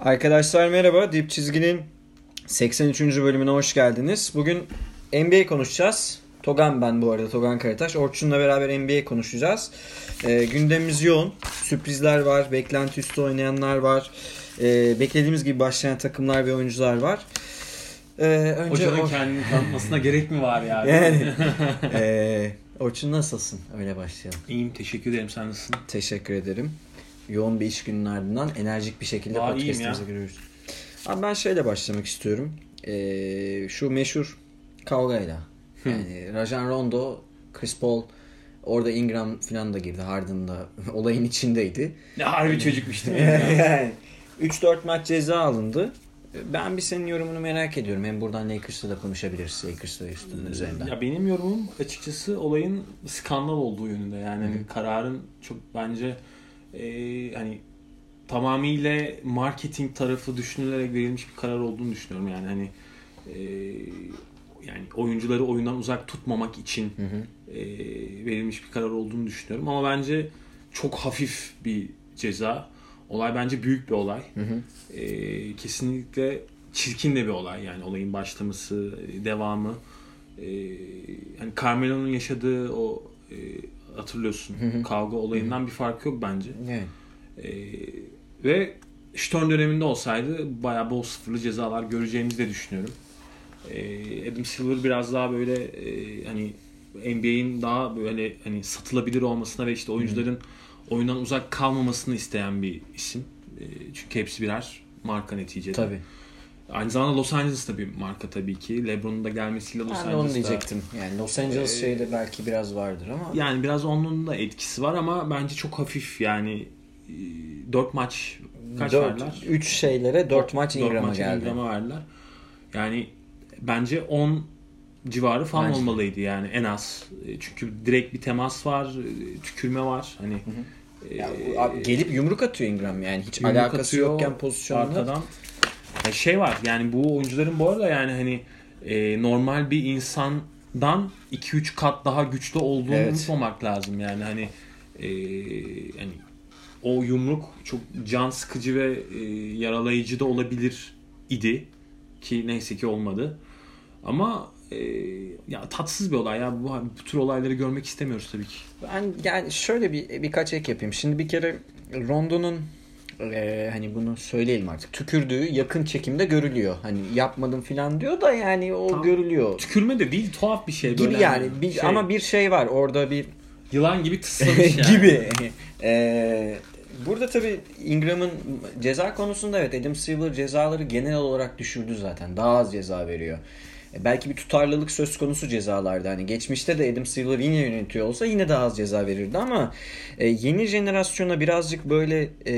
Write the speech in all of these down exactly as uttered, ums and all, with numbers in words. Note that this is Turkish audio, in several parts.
Arkadaşlar merhaba. Dip Çizgi'nin seksen üçüncü bölümüne hoş geldiniz. Bugün N B A konuşacağız. Togan ben bu arada, Togan Karataş. Orçun'la beraber N B A konuşacağız. Ee, gündemimiz yoğun. Sürprizler var, beklenti üstü oynayanlar var. Ee, beklediğimiz gibi başlayan takımlar ve oyuncular var. Ee, önce Hocanın or- kendini tanıtmasına gerek mi var yani? yani e, Orçun nasılsın? Öyle başlayalım. İyiyim, teşekkür ederim. Sen nasılsın? Teşekkür ederim. Yoğun bir iş gününün ardından enerjik bir şekilde Aa, podcast'imize giriyoruz. Abi ben şeyle başlamak istiyorum. Ee, şu meşhur kavgayla. Yani Rajon Rondo, Chris Paul, orada Ingram falan da girdi. Harden'da olayın içindeydi. Ne harbi çocukmuş değil mi? Yani üç dört maç ceza alındı. Ben bir senin yorumunu merak ediyorum. Hem buradan Lakers'la da konuşabiliriz. Lakers'la üstünün üzerinden. Ya benim yorumum açıkçası olayın skandal olduğu yönünde. Yani hani kararın çok bence e, hani tamamıyla marketing tarafı düşünülerek verilmiş bir karar olduğunu düşünüyorum. Yani hani e, yani oyuncuları oyundan uzak tutmamak için hı hı. E, verilmiş bir karar olduğunu düşünüyorum. Ama bence çok hafif bir ceza. Olay bence büyük bir olay. Hı hı. E, kesinlikle çirkin de bir olay. Yani olayın başlaması, devamı. E, yani Carmelo'nun yaşadığı o e, hatırlıyorsun hı hı. kavga olayından hı hı. bir farkı yok bence. Evet. E, ve Stern döneminde olsaydı bayağı bol sıfırlı cezalar göreceğimizi de düşünüyorum. E, Adam Silver biraz daha böyle e, hani N B A'in daha böyle hani satılabilir olmasına ve işte oyuncuların hı hı. oyundan uzak kalmamasını isteyen bir isim. E, çünkü hepsi birer marka neticede. Tabii. Aynı zamanda Los Angeles'ta bir marka tabii ki. LeBron'un da gelmesiyle Los Angeles'ta. Ben onu diyecektim. Yani Los Angeles e, şeyde belki biraz vardır ama. Yani biraz onun da etkisi var ama bence çok hafif yani dört maç kaç dört, verdiler? üç şeylere dört maç Ingram'a geldi. Ingram'a verdiler. Yani bence on civarı falan bence olmalıydı yani en az. Çünkü direkt bir temas var, tükürme var. Hani hı hı. Ya, e, gelip yumruk atıyor Ingram yani hiç alakası atıyor, yokken pozisyonda. Arkadan şey var yani bu oyuncuların bu arada yani hani e, normal bir insandan iki üç kat daha güçlü olduğunu evet. unutmamak lazım yani hani e, yani o yumruk çok can sıkıcı ve e, yaralayıcı da olabilir idi ki neyse ki olmadı ama e, ya tatsız bir olay ya bu, bu tür olayları görmek istemiyoruz tabii ki. Ben yani şöyle bir birkaç ek yapayım. Şimdi bir kere Rondo'nun Ee, hani bunu söyleyelim artık. Tükürdüğü yakın çekimde görülüyor. Hani yapmadım falan diyor da yani o tamam. görülüyor. Tükürme de değil, tuhaf bir şey gibi böyle. yani. Bir, şey. Ama bir şey var orada bir yılan gibi tıslamış yani. gibi. Ee, burada tabii Ingram'ın ceza konusunda evet Adam Silver cezaları genel olarak düşürdü zaten. Daha az ceza veriyor. Belki bir tutarlılık söz konusu cezalarda. Hani geçmişte de Adam Silver yine yönetiyor olsa yine daha az ceza verirdi ama e, yeni jenerasyona birazcık böyle e,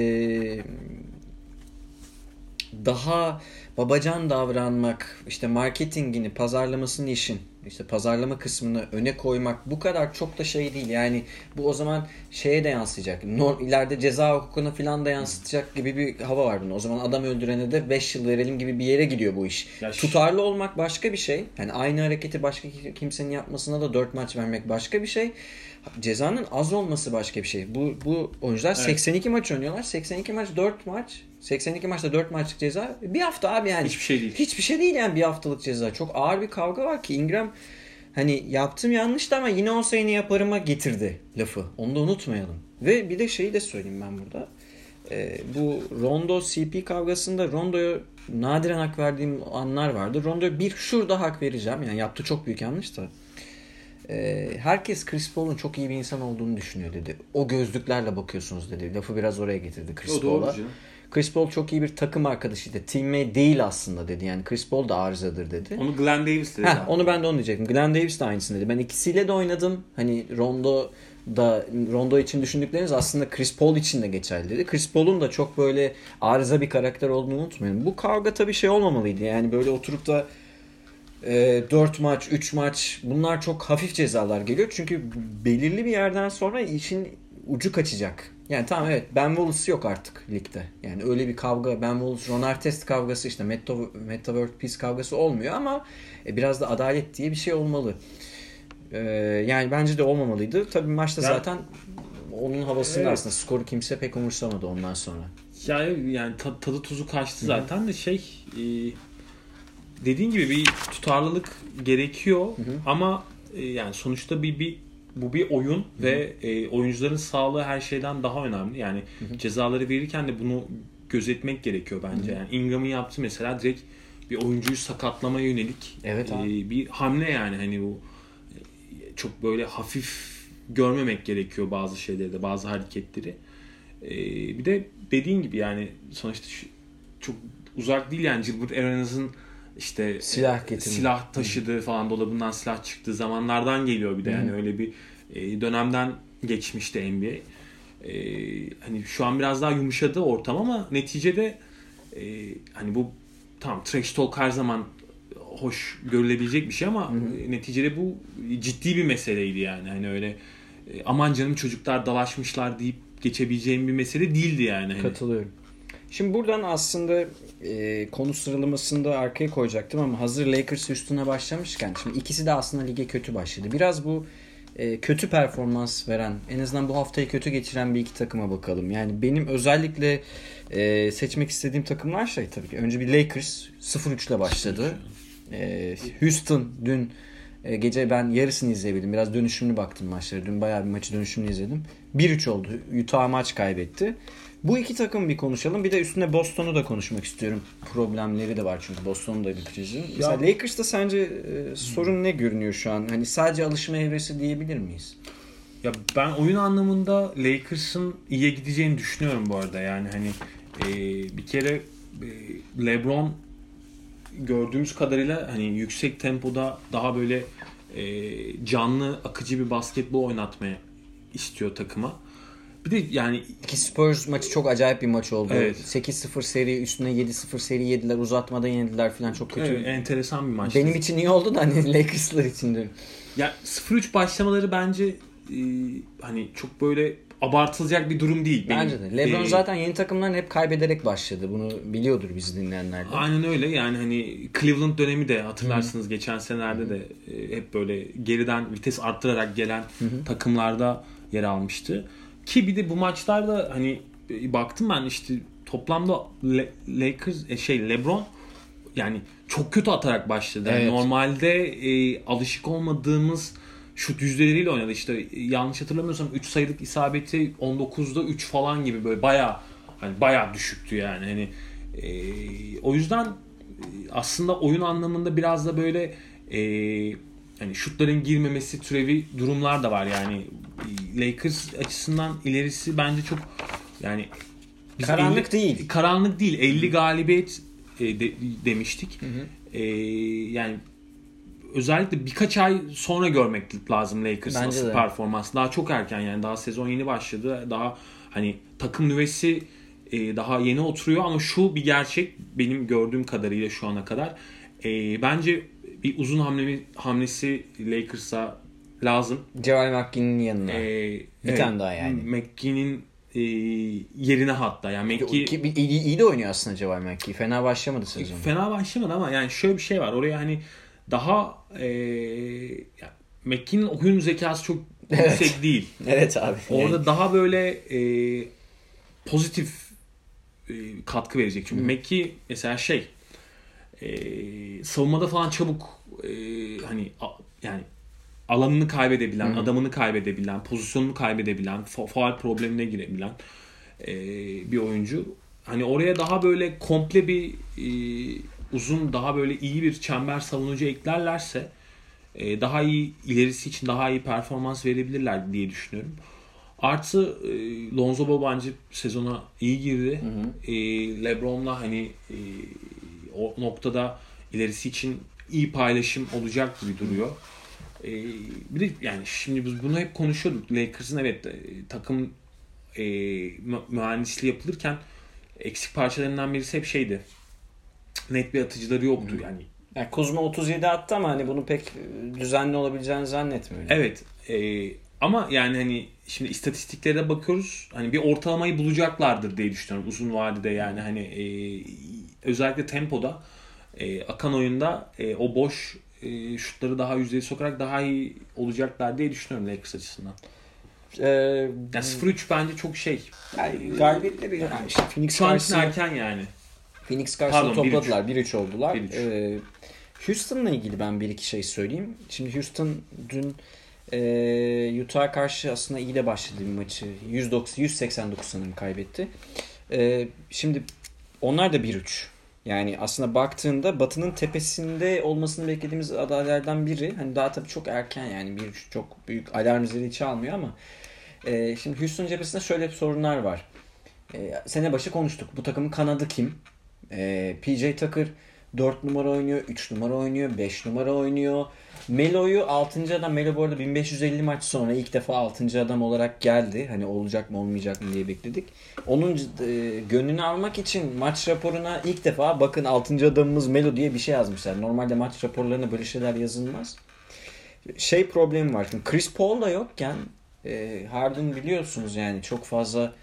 daha babacan davranmak, işte marketingini, pazarlamasını işin, işte pazarlama kısmını öne koymak bu kadar çok da şey değil. Yani bu o zaman şeye de yansıyacak. Norm, ileride ceza hukukuna falan da yansıtacak gibi bir hava var bunda. O zaman adam öldürene de beş yıl verelim gibi bir yere gidiyor bu iş. Ya tutarlı şu... olmak başka bir şey. Yani aynı hareketi başka kimsenin yapmasına da dört maç vermek başka bir şey. Cezanın az olması başka bir şey. Bu bu oyuncular evet. seksen iki maç oynuyorlar. seksen iki maç dört maç. seksen iki maçta dört maçlık ceza. Bir hafta abi yani. Hiçbir şey değil. Hiçbir şey değil yani bir haftalık ceza. Çok ağır bir kavga var ki Ingram hani yaptım yanlıştı ama yine olsa yine yaparıma getirdi lafı. Onu da unutmayalım. Ve bir de şeyi de söyleyeyim ben burada. Ee, bu Rondo C P kavgasında Rondo'ya nadiren hak verdiğim anlar vardı. Rondo'ya bir şurada hak vereceğim. Yani yaptığı çok büyük yanlış da. Ee, herkes Chris Paul'un çok iyi bir insan olduğunu düşünüyor dedi. O gözlüklerle bakıyorsunuz dedi. Lafı biraz oraya getirdi Chris Paul'a. Chris Paul çok iyi bir takım arkadaşıydı. Teammate değil aslında dedi. Yani Chris Paul da arızadır dedi. Onu Glenn Davis dedi. Heh, onu ben de onu diyecektim. Glenn Davis de aynısını dedi. Ben ikisiyle de oynadım. Hani Rondo da Rondo için düşündükleriniz aslında Chris Paul için de geçerli dedi. Chris Paul'un da çok böyle arıza bir karakter olduğunu unutmayın. Bu kavga tabii şey olmamalıydı. Yani böyle oturup da e, dört maç, üç maç bunlar çok hafif cezalar geliyor. Çünkü belirli bir yerden sonra işin ucu kaçacak. Yani tamam evet Ben Wallace yok artık ligde. Yani öyle bir kavga Ben Wallace, Ron Artest kavgası işte Metta, Metta World Peace kavgası olmuyor ama e, biraz da adalet diye bir şey olmalı. E, yani bence de olmamalıydı. Tabii maçta ya, zaten onun havasında evet. aslında skoru kimse pek umursamadı ondan sonra. Ya yani tadı tuzu kaçtı zaten. Hı-hı. De şey e, dediğin gibi bir tutarlılık gerekiyor. Hı-hı. Ama e, yani sonuçta bir bir bu bir oyun. Hı-hı. Ve e, oyuncuların sağlığı her şeyden daha önemli. Yani Hı-hı. cezaları verirken de bunu gözetmek gerekiyor bence. Hı-hı. Yani Ingram'ın yaptığı mesela direkt bir oyuncuyu sakatlamaya yönelik evet, e, bir hamle yani hani bu e, çok böyle hafif görmemek gerekiyor bazı şeyleri de, bazı hareketleri. E, bir de dediğin gibi yani sonuçta şu, çok uzak değil yani Gilbert Arenas'ın işte silah, e, silah taşıdığı falan, dolabından silah çıktığı zamanlardan geliyor bir de yani Hı-hı. öyle bir e, dönemden geçmişti N B A. E, hani şu an biraz daha yumuşadı ortam ama neticede e, hani bu tamam trash talk her zaman hoş görülebilecek bir şey ama Hı-hı. neticede bu ciddi bir meseleydi yani. Hani öyle e, aman canım çocuklar dalaşmışlar deyip geçebileceğim bir mesele değildi yani. Hani. Katılıyorum. Şimdi buradan aslında e, konu sıralamasında arkaya koyacaktım ama hazır Lakers üstüne başlamışken şimdi ikisi de aslında lige kötü başladı. Biraz bu e, kötü performans veren, en azından bu haftayı kötü geçiren bir iki takıma bakalım. Yani benim özellikle e, seçmek istediğim takımlar şey tabii ki. Önce bir Lakers sıfır üç ile başladı. E, Houston dün e, gece ben yarısını izleyebildim. Biraz dönüşümlü baktım maçlara. Dün bayağı bir maçı dönüşümlü izledim. bir üç oldu. Utah maç kaybetti. Bu iki takım bir konuşalım. Bir de üstüne Boston'u da konuşmak istiyorum. Problemleri de var çünkü Boston'un da bir krizi. Mesela Lakers'ta sence e, sorun ne görünüyor şu an? Hani sadece alışma evresi diyebilir miyiz? Ya ben oyun anlamında Lakers'ın iyiye gideceğini düşünüyorum bu arada. Yani hani e, bir kere e, LeBron gördüğümüz kadarıyla hani yüksek tempoda daha böyle e, canlı, akıcı bir basketbol oynatmaya istiyor takıma. Bir de yani ki Spurs maçı çok acayip bir maç oldu. Evet. sekiz sıfır seri üstüne yedi sıfır seri yediler. Uzatmadan yenildiler falan, çok kötü. Evet, enteresan bir maçtı. Benim için iyi oldu da hani Lakers'lar için de. Ya sıfır üç başlamaları bence e, hani çok böyle abartılacak bir durum değil. Bence de. LeBron ee, zaten yeni takımların hep kaybederek başladı. Bunu biliyordur bizi dinleyenler de. Aynen öyle. Yani hani Cleveland dönemi de hatırlarsınız, Hı-hı. geçen senelerde Hı-hı. de e, hep böyle geriden vites arttırarak gelen Hı-hı. takımlarda yer almıştı. Ki bir de bu maçlarda hani e, baktım ben işte toplamda Le- Lakers e, şey LeBron yani çok kötü atarak başladı. Evet. Yani normalde e, alışık olmadığımız şut yüzdeleriyle oynadı. İşte yanlış hatırlamıyorsam üç sayılık isabeti on dokuzda üç falan gibi, böyle bayağı hani bayağı düşüktü yani. Hani e, o yüzden aslında oyun anlamında biraz da böyle e, hani şutların girmemesi türevi durumlar da var yani. Lakers açısından ilerisi bence çok yani karanlık elli, değil. Karanlık değil. elli Hı. galibiyet e, de, demiştik. Hı hı. E, yani özellikle birkaç ay sonra görmek lazım Lakers'ın nasıl performans. Daha çok erken yani, daha sezon yeni başladı. Daha hani takım nüvesi e, daha yeni oturuyor ama şu bir gerçek, benim gördüğüm kadarıyla şu ana kadar e, bence bir uzun hamle hamlesi Lakers'a lazım. Javel McGee'nin yanına. Ee, bir evet, tane daha yani. McGee'nin e, yerine hatta. Yani McGee iyi, iyi de oynuyor aslında Javel McGee. Fena başlamadı sezon. Fena başlamadı ama yani şöyle bir şey var. Oraya hani daha e, yani McGee'nin oyun zekası çok evet. yüksek değil. Evet abi. Orada yani daha böyle e, pozitif e, katkı verecek. Çünkü McGee mesela şey e, savunmada falan çabuk e, hani a, yani alanını kaybedebilen, Hı-hı. adamını kaybedebilen, pozisyonunu kaybedebilen, fa- faul problemine girebilen e, bir oyuncu. Hani oraya daha böyle komple bir e, uzun, daha böyle iyi bir çember savunucu eklerlerse e, daha iyi, ilerisi için daha iyi performans verebilirler diye düşünüyorum. Artı e, Lonzo Ball bence sezona iyi girdi. E, LeBron'la hani e, o noktada ilerisi için iyi paylaşım olacak gibi duruyor. Ee, bir de yani şimdi biz bunu hep konuşuyorduk. Lakers'ın evet e, takım e, mühendisliği yapılırken eksik parçalarından birisi hep şeydi. Net bir atıcıları yoktu yani. Yani Kuzma otuz yedi attı ama hani bunu pek düzenli olabileceğini zannetmiyorum. Evet. E, ama yani hani şimdi istatistiklere bakıyoruz. Hani bir ortalamayı bulacaklardır diye düşünüyorum uzun vadede yani hani e, özellikle tempoda e, akan oyunda e, o boş E, şutları daha yüzdeye sokarak daha iyi olacaklar diye düşünüyorum Lakers açısından. Ee, yani sıfır üç bence çok şey. Yani galibiyetleri yani işte Phoenix şu an için erken yani. Phoenix karşısında topladılar. bir üç oldular. bir üç. Ee, Houston'la ilgili ben bir iki şey söyleyeyim. Şimdi Houston dün e, Utah'a karşı aslında iyi de başladı bir maçı. yüz doksan yüz seksen dokuz sanırım kaybetti. Ee, şimdi onlar da bir üç. Yani aslında baktığında Batı'nın tepesinde olmasını beklediğimiz adaylardan biri. Hani daha tabii çok erken yani bir üç çok büyük alarm zili çalmıyor ama e, şimdi Houston cephesinde şöyle sorunlar var. E, sene başı konuştuk. Bu takımın kanadı kim? E, P J Tucker dört numara oynuyor, üç numara oynuyor, beş numara oynuyor. Melo'yu altıncı adam. Melo bu arada bin beş yüz elli maç sonra ilk defa altıncı adam olarak geldi. Hani olacak mı olmayacak mı diye bekledik. Onun e, gönlünü almak için maç raporuna ilk defa bakın altıncı adamımız Melo diye bir şey yazmışlar. Normalde maç raporlarına böyle şeyler yazılmaz. Şey problemi var. Şimdi Chris Paul da yokken e, Harden biliyorsunuz yani çok fazla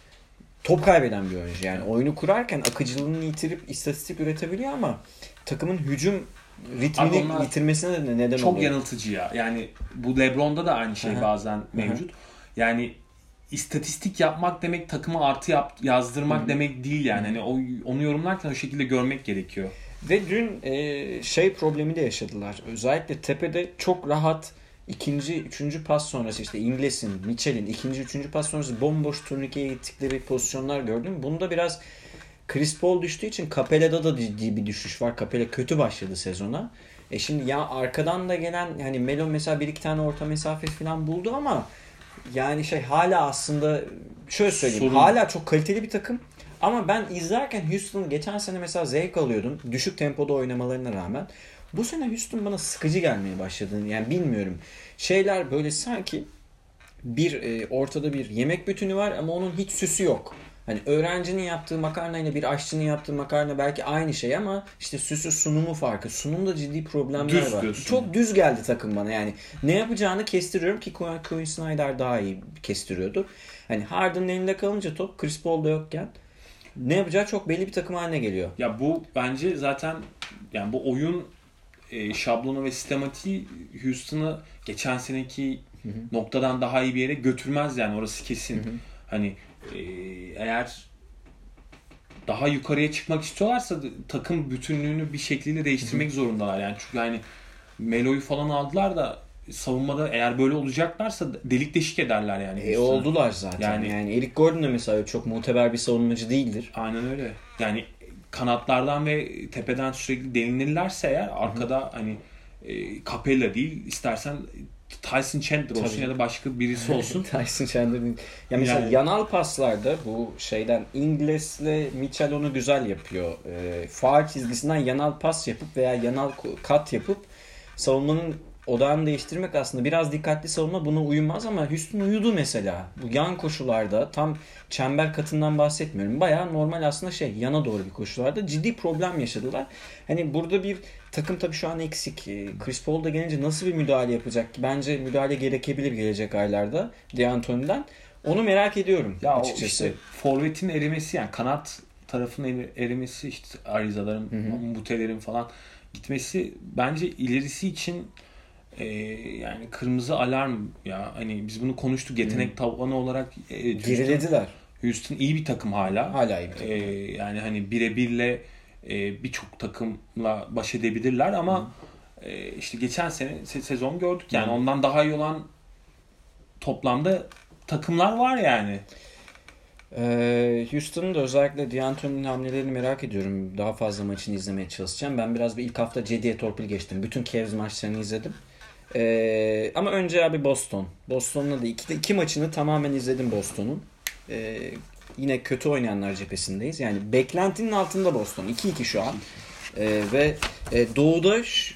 top kaybeden bir oyuncu. Yani oyunu kurarken akıcılığını yitirip istatistik üretebiliyor ama takımın hücum ritmini yitirmesine de neden çok oluyor. Çok yanıltıcı ya. Yani bu LeBron'da da aynı şey Aha. bazen mevcut. Aha. Yani istatistik yapmak demek takıma artı yap, yazdırmak Hı-hı. demek değil yani. Hani o, onu yorumlarken o şekilde görmek gerekiyor. Ve dün e, şey problemi de yaşadılar. Özellikle tepede çok rahat ikinci, üçüncü pas sonrası işte İngiliz'in, Mitchell'in ikinci, üçüncü pas sonrası bomboş turnikeye gittikleri pozisyonlar gördüm. Bunda biraz Chris Paul düştüğü için Capella'da da ciddi bir düşüş var. Capella kötü başladı sezona. E şimdi ya arkadan da gelen hani Melo mesela bir iki tane orta mesafe falan buldu ama yani şey hala aslında şöyle söyleyeyim Sorun. hala çok kaliteli bir takım. Ama ben izlerken Houston'ı geçen sene mesela zevk alıyordum. Düşük tempoda oynamalarına rağmen. Bu sene Houston bana sıkıcı gelmeye başladı. Yani bilmiyorum. Şeyler böyle sanki bir e, ortada bir yemek bütünü var ama onun hiç süsü yok. Hani öğrencinin yaptığı makarna ile bir aşçının yaptığı makarna belki aynı şey ama işte süsü sunumu farkı. Sunumda ciddi problemler düz var. Diyorsun. Çok düz geldi takım bana yani. Ne yapacağını kestiriyorum ki Quinn Snyder daha iyi kestiriyordu. Hani Harden'ın elinde kalınca top Chris Paul'da yokken ne yapacağı çok belli bir takım haline geliyor. Ya bu bence zaten yani bu oyun e, şablonu ve sistematiği Houston'ı geçen seneki hı hı. noktadan daha iyi bir yere götürmez yani orası kesin. Hı hı. Hani e, eğer daha yukarıya çıkmak istiyorlarsa takım bütünlüğünü bir şekilde değiştirmek hı hı. zorundalar yani çünkü hani Melo'yu falan aldılar da savunmada eğer böyle olacaklarsa delik deşik ederler yani. E oldular zaten. Yani, yani Eric Gordon da mesela çok muteber bir savunmacı değildir. Aynen öyle. Yani kanatlardan ve tepeden sürekli delinirlerse eğer arkada Hı-hı. hani e, Capella değil istersen Tyson Chandler olsun Tabii. ya da başka birisi olsun. Tyson Chandler değil. Ya mesela yani, yanal paslarda bu şeyden İngiliz'le Mitchell onu güzel yapıyor. E, faul çizgisinden yanal pas yapıp veya yanal kat yapıp savunmanın odağını değiştirmek aslında biraz dikkatli savunma buna uyumaz ama Houston uyudu mesela. Bu yan koşularda tam çember katından bahsetmiyorum. Bayağı normal aslında şey yana doğru bir koşularda ciddi problem yaşadılar. Hani burada bir takım tabii şu an eksik. Chris Paul da gelince nasıl bir müdahale yapacak ki? Bence müdahale gerekebilir gelecek aylarda D'Antoni'den. Onu merak ediyorum ya açıkçası. Işte forvetin erimesi yani kanat tarafının erimesi işte Ariza'ların, Butelerin falan gitmesi bence ilerisi için Ee, yani kırmızı alarm ya hani biz bunu konuştuk yetenek hmm. tavanı olarak e, gerilediler. Houston iyi bir takım hala. Hala iyi bir takım. Ee, yani hani birebirle e, birçok takımla baş edebilirler ama hmm. e, işte geçen sene se- sezon gördük yani hmm. ondan daha iyi olan toplamda takımlar var yani. Ee, Houston'ın da özellikle D'Antoni'nin hamlelerini merak ediyorum. Daha fazla maçını izlemeye çalışacağım. Ben biraz bir ilk hafta Cedi'ye torpil geçtim. Bütün Cavs maçlarını izledim. Ee, ama önce abi Boston. Boston'la da iki, iki maçını tamamen izledim Boston'un. Ee, yine kötü oynayanlar cephesindeyiz. Yani beklentinin altında Boston. iki iki şu an. Ee, ve e, Doğu'da ş-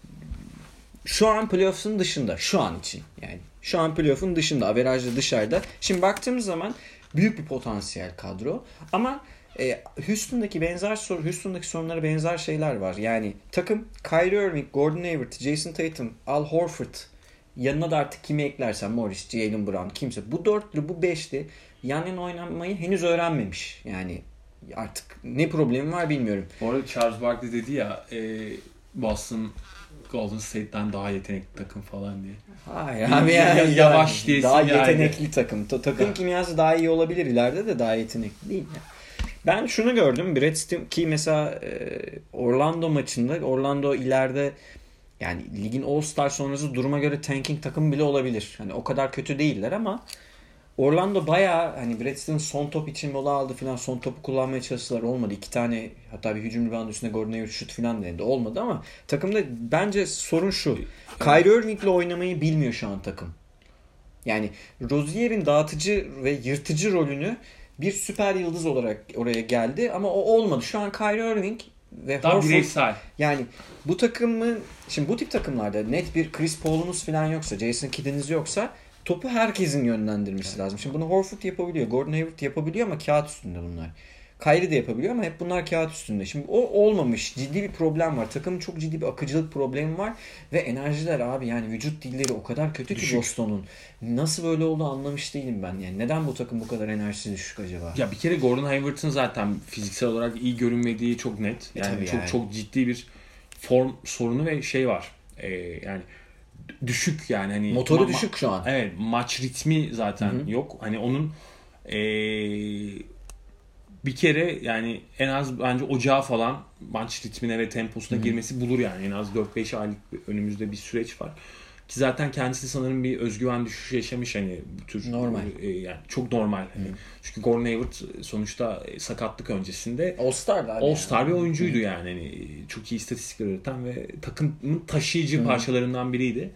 şu an playoff'un dışında. Şu an için. Yani şu an playoff'un dışında. Averajda dışarıda. Şimdi baktığımız zaman büyük bir potansiyel kadro. Ama e, Houston'daki benzer soru, Houston'daki sorunlara benzer şeyler var. Yani takım Kyrie Irving, Gordon Hayward, Jason Tatum, Al Horford, yanına da artık kimi eklersen Morris, Jaylen Brown, kimse. Bu dörtlü, bu beşli yan yana oynanmayı henüz öğrenmemiş. Yani artık ne problemi var bilmiyorum. Bu arada Charles Barkley dedi ya e, Boston Golden State'den daha yetenekli takım falan diye. Hayır abi yani yavaş diye daha yetenekli yani. takım. Takım kimyası daha iyi olabilir ileride de daha yetenekli değil yani. Ben şunu gördüm. Brad Stevens ki mesela Orlando maçında Orlando ileride yani ligin All-Star sonrası duruma göre tanking takım bile olabilir. Hani o kadar kötü değiller ama Orlando bayağı hani Brad Stevens son top için mola aldı falan, son topu kullanmaya çalıştılar, olmadı. İki tane hatta bir hücum rebound üstüne Gordon Hayward şut falan denedi, olmadı ama takımda bence sorun şu. Kyrie Irving'le oynamayı bilmiyor şu an takım. Yani Rozier'in dağıtıcı ve yırtıcı rolünü bir süper yıldız olarak oraya geldi ama o olmadı. Şu an Kyrie Irving ve daha Horford, bireysel. Yani bu takımın şimdi bu tip takımlarda net bir Chris Paul'unuz falan yoksa, Jason Kidd'iniz yoksa topu herkesin yönlendirmesi evet. lazım. Şimdi bunu Horford yapabiliyor, Gordon Hayward yapabiliyor ama kağıt üstünde bunlar. Kyrie de yapabiliyor ama hep bunlar kağıt üstünde. Şimdi o olmamış. Ciddi bir problem var. Takımın çok ciddi bir akıcılık problemi var. Ve enerjiler abi yani vücut dilleri o kadar kötü ki düşük. Boston'un. Nasıl böyle oldu anlamış değilim ben. Yani neden bu takım bu kadar enerjisi düşük acaba? Ya bir kere Gordon Hayward'ın zaten fiziksel olarak iyi görünmediği çok net. Yani e çok yani. çok ciddi bir form sorunu ve şey var. Ee, yani düşük yani hani motoru ma- düşük şu an. Evet, maç ritmi zaten Hı-hı. yok. Hani onun ee, bir kere yani en az bence ocağa falan maç ritmine ve temposuna Hı-hı. girmesi bulur yani. En az dört beş aylık önümüzde bir süreç var. Ki zaten kendisi sanırım bir özgüven düşüşü yaşamış hani bu tür. Normal. E, yani çok normal. Hani. Çünkü Gordon Hayward sonuçta sakatlık öncesinde All-Star, All-Star yani. bir oyuncuydu Hı-hı. yani. Hani çok iyi istatistikler üreten ve takımın taşıyıcı Hı-hı. parçalarından biriydi.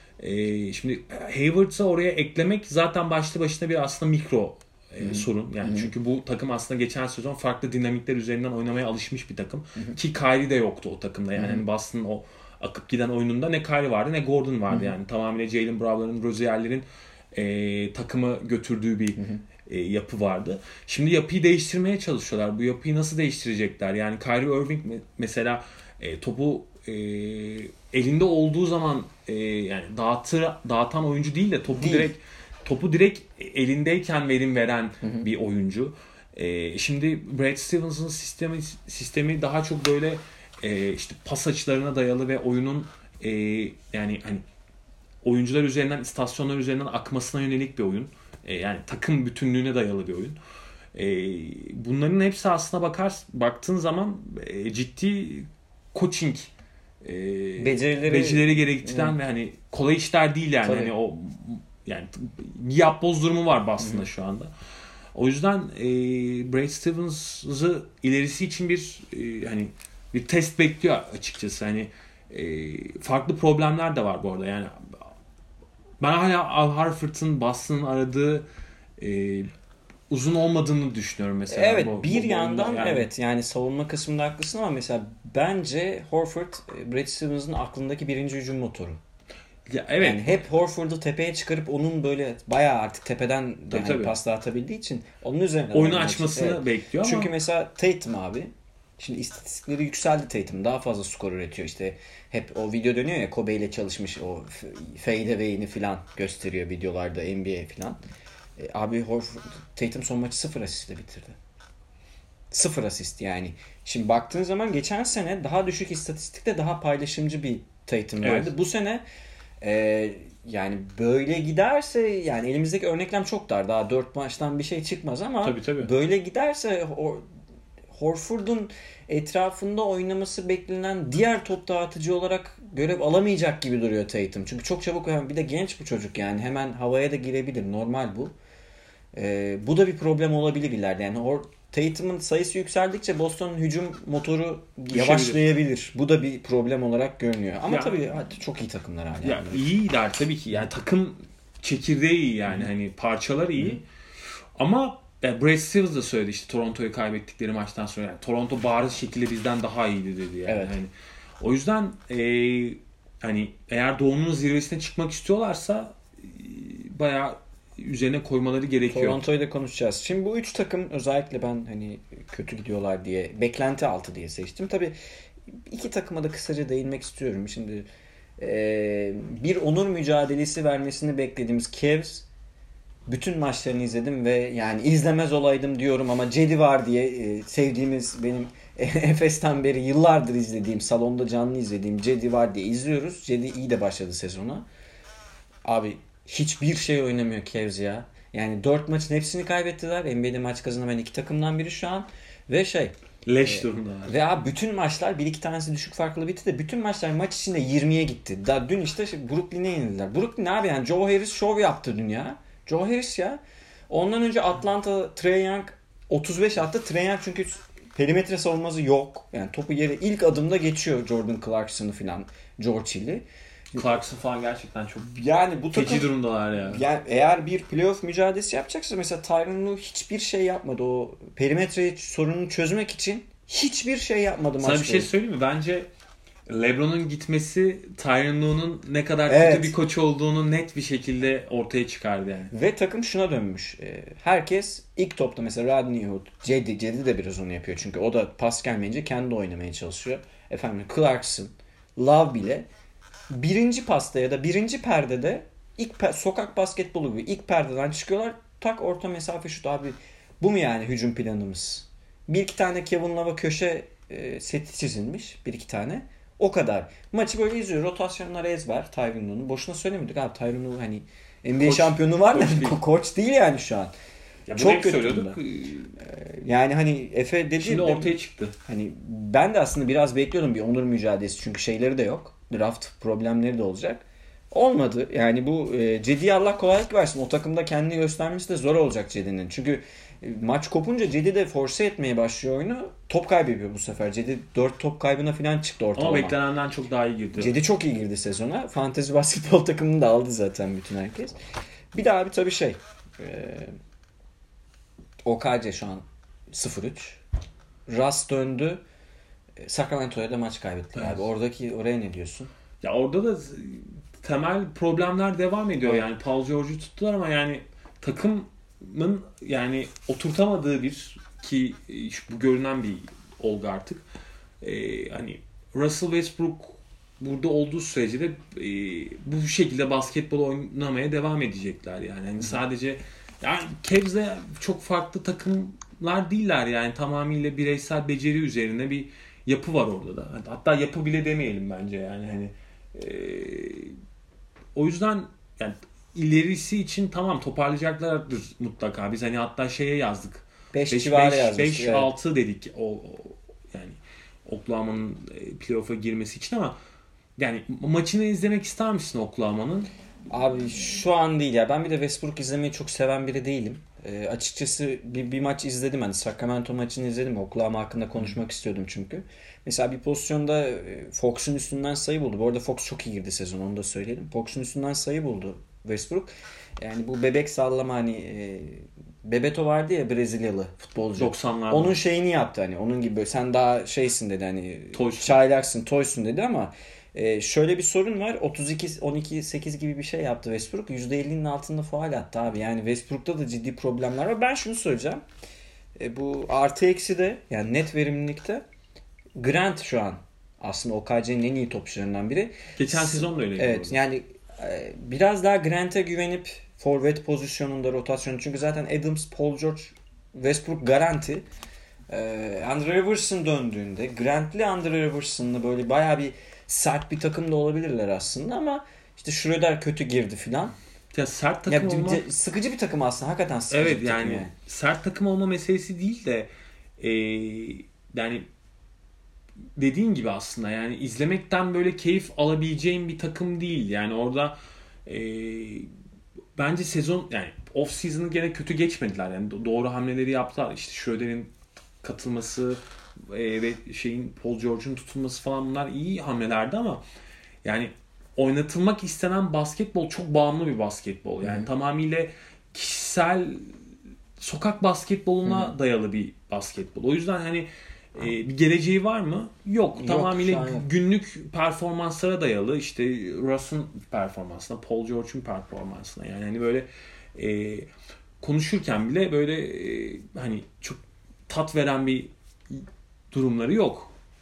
E, şimdi Hayward'sa oraya eklemek zaten başlı başına bir aslında mikro e, sorun. Yani Hı-hı. çünkü bu takım aslında geçen sezon farklı dinamikler üzerinden oynamaya alışmış bir takım. Hı-hı. Ki Kyrie de yoktu o takımda. Yani hani Boston'ın o akıp giden oyununda ne Kyrie vardı ne Gordon vardı. Hı-hı. Yani tamamıyla Jaylen Brown'ların, Rozier'lerin e, takımı götürdüğü bir e, yapı vardı. Şimdi yapıyı değiştirmeye çalışıyorlar. Bu yapıyı nasıl değiştirecekler? Yani Kyrie Irving mesela e, topu e, elinde olduğu zaman e, yani dağıtır, dağıtan oyuncu değil de topu değil. direkt topu direkt elindeyken verim veren Hı-hı. bir oyuncu. E, şimdi Brad Stevens'ın sistemi sistemi daha çok böyle e, işte pas açılarına dayalı ve oyunun e, yani hani oyuncular üzerinden, istasyonlar üzerinden akmasına yönelik bir oyun. E, yani takım bütünlüğüne dayalı bir oyun. E, bunların hepsi aslına bakar baktığın zaman e, ciddi coaching e, becerileri, becerileri gerektiren ve hani kolay işler değil yani. Hani o yani bir yapboz durumu var aslında şu anda. O yüzden e, Brad Stevens'ı ilerisi için bir e, hani bir test bekliyor açıkçası. Hani e, farklı problemler de var bu arada. Yani ben hala Al Horford'un Boston'ın aradığı e, uzun olmadığını düşünüyorum mesela. Evet, bu, bir bu yandan yani. evet yani savunma kısmında haklısın ama mesela bence Horford Brad Stevens'ın aklındaki birinci hücum motoru. Ya evet. Yani hep Horford'u tepeye çıkarıp onun böyle bayağı artık tepeden tabii, yani pas dağıtabildiği için onun üzerine oyunu açmasını evet. bekliyor ama. Çünkü mesela Tatum abi şimdi istatistikleri yükseldi Tatum. Daha fazla skor üretiyor. İşte hep o video dönüyor ya, Kobe ile çalışmış o fadeaway'ini falan gösteriyor videolarda N B A falan. E, abi Horford, Tatum son maçı sıfır asistle bitirdi. Sıfır asist yani. Şimdi baktığın zaman geçen sene daha düşük istatistikte daha paylaşımcı bir Tatum vardı. Evet. Bu sene e, yani böyle giderse yani elimizdeki örneklem çok dar. Daha dört maçtan bir şey çıkmaz ama tabii, tabii. böyle giderse o Horford'un etrafında oynaması beklenen diğer top dağıtıcı olarak görev alamayacak gibi duruyor Tatum. Çünkü çok çabuk, bir de genç bu çocuk yani hemen havaya da girebilir. Normal bu. Ee, bu da bir problem olabilir ileride. Yani or- Tatum'un sayısı yükseldikçe Boston'un hücum motoru yavaşlayabilir. Bu da bir problem olarak görünüyor. Ama ya, tabii çok iyi takımlar hala. Ya iyiler tabii ki. Yani takım çekirdeği iyi yani. Hı. Hani parçalar iyi. Hı. Ama yani Brad Stevens da söyledi işte Toronto'yu kaybettikleri maçtan sonra. Yani Toronto bariz şekilde bizden daha iyiydi dedi yani. Evet. Yani o yüzden e, hani eğer Doğu'nun zirvesine çıkmak istiyorlarsa e, bayağı üzerine koymaları gerekiyor. Toronto'yu da konuşacağız. Şimdi bu üç takım özellikle ben hani kötü gidiyorlar diye, beklenti altı diye seçtim. Tabii iki takıma da kısaca değinmek istiyorum. Şimdi e, bir onur mücadelesi vermesini beklediğimiz Cavs bütün maçlarını izledim ve yani izlemez olaydım diyorum ama Cedi var diye e, sevdiğimiz benim Efes'ten beri yıllardır izlediğim, salonda canlı izlediğim Cedi var diye izliyoruz. Cedi iyi de başladı sezona. Abi hiçbir şey oynamıyor Cavs ya. Yani dört maçın hepsini kaybettiler. N B A'de maç kazanamayan iki takımdan biri şu an. Ve şey... Leş e, durumda. Ve abi bütün maçlar bir iki tanesi düşük farklı bitti de bütün maçlar maç içinde yirmiye gitti. Daha dün işte Brooklyn'e yenildiler. Brooklyn abi yani Joe Harris şov yaptı dün ya. Joe Harris ya. Ondan önce Atlanta Trae Young otuz beş attı. Trae Young çünkü perimetre savunması yok. Yani topu yere ilk adımda geçiyor Jordan Clarkson'ı falan. George Hill'i. Clarkson falan gerçekten çok yani bu takım, feci durumdalar ya. Yani eğer bir playoff mücadelesi yapacaksa mesela Tyronn Lue hiçbir şey yapmadı. O perimetre sorununu çözmek için hiçbir şey yapmadı maçta. Sana bir şey söyleyeyim mi? Bence LeBron'un gitmesi Tyronn Lue'nun ne kadar evet. kötü bir koç olduğunu net bir şekilde ortaya çıkardı yani. Ve takım şuna dönmüş. Herkes ilk topta mesela Rodney Hood, Cedi, Cedi de biraz onu yapıyor. Çünkü o da pas gelmeyince kendi oynamaya çalışıyor. Efendim Clarkson, Love bile birinci pasta ya da birinci perdede ilk per- sokak basketbolu gibi ilk perdeden çıkıyorlar. Tak orta mesafe şut abi. Bu mu yani hücum planımız? Bir iki tane Kevin Love'a köşe e, seti çizilmiş. Bir iki tane. O kadar. Maçı böyle izliyor. Rotasyonlar ezber. Tyronn Lue'nun. Boşuna söylemedik abi. Tyronn Lue hani N B A koç, şampiyonu var mı? Koç değil. koç değil yani şu an. Ya çok kötü söylüyorduk. Yani hani Efe dedi. Şimdi ortaya çıktı. Hani ben de aslında biraz bekliyordum bir onur mücadelesi. Çünkü şeyleri de yok. Draft problemleri de olacak. Olmadı. Yani bu e, Cedi'ye Allah kolaylık versin. O takımda kendini göstermesi de zor olacak Cedi'nin. Çünkü e, maç kopunca Cedi de force etmeye başlıyor oyunu. Top kaybı yapıyor bu sefer. Cedi dört top kaybına falan çıktı ortalama. Ama beklenenden çok daha iyi girdi. Cedi çok iyi girdi sezona. Fantezi basketbol takımını da aldı zaten bütün herkes. Bir daha bir tabii şey. E, O K C şu an sıfır üç. Russ döndü. Sacramento'ya da maç kaybetti. Evet. Abi oradaki oraya ne diyorsun? Ya orada da temel problemler devam ediyor. Evet. Yani Paul George'u tuttular ama yani takımın yani oturtamadığı bir ki bu görünen bir olgu artık. Ee, hani Russell Westbrook burada olduğu sürece de e, bu şekilde basketbol oynamaya devam edecekler yani. Yani sadece yani Cavs'de çok farklı takımlar değiller yani tamamıyla bireysel beceri üzerine bir yapı var orada da. Hatta yapı bile demeyelim bence yani hani e, o yüzden yani ilerisi için tamam toparlayacaklardır mutlaka. Biz hani hatta şeye yazdık. beş civarı yazmıştık. beş altı evet. Dedik o, o yani Oklahoma'nın playoff'a girmesi için ama yani maçını izlemek ister misin Oklahoma'nın? Abi şu an değil ya. Ben bir de Westbrook izlemeyi çok seven biri değilim. E, açıkçası bir, bir maç izledim. Hani Sacramento maçını izledim. Oklahoma hakkında konuşmak istiyordum çünkü. Mesela bir pozisyonda Fox'un üstünden sayı buldu. Bu arada Fox çok iyi girdi sezon. Onu da söyleyelim. Fox'un üstünden sayı buldu Westbrook. Yani bu bebek sallama hani e, Bebeto vardı ya Brezilyalı futbolcu. doksanlarda. Onun şeyini yaptı hani. Onun gibi sen daha şeysin dedi hani. Toysun. Çaylaksın, toysun dedi ama Ee, şöyle bir sorun var. otuz iki on iki sekiz gibi bir şey yaptı Westbrook. yüzde ellinin altında faul attı abi. Yani Westbrook'ta da ciddi problemler var. Ben şunu söyleyeceğim. Ee, bu artı eksi de yani net verimlilikte Grant şu an aslında O K C'nin en iyi topçularından biri. Geçen sezon da öyleydi. Evet yani e, biraz daha Grant'e güvenip forvet pozisyonunda rotasyonu. Çünkü zaten Adams, Paul George, Westbrook garanti. Ee, Andre Robertson döndüğünde Grant'li Andre Robertson'la böyle bayağı bir sert bir takım da olabilirler aslında ama işte Schroeder kötü girdi filan. Ya sert takım ya, olma... Sıkıcı bir takım aslında. Hakikaten sıkıcı evet, bir takım. Yani, yani sert takım olma meselesi değil de e, yani dediğin gibi aslında yani izlemekten böyle keyif alabileceğin bir takım değil. Yani orada e, bence sezon yani off season'ı gene kötü geçmediler. Yani doğru hamleleri yaptılar. İşte Schroeder'in katılması e, ve şeyin Paul George'un tutulması falan bunlar iyi hamlelerdi ama yani oynatılmak istenen basketbol çok bağımlı bir basketbol. Yani hmm. tamamıyla kişisel sokak basketboluna hmm. dayalı bir basketbol. O yüzden hani e, bir geleceği var mı? Yok. yok tamamıyla günlük performanslara dayalı. İşte Russ'ın performansına, Paul George'un performansına. Yani hani böyle e, konuşurken bile böyle e, hani çok tat veren bir durumları yok.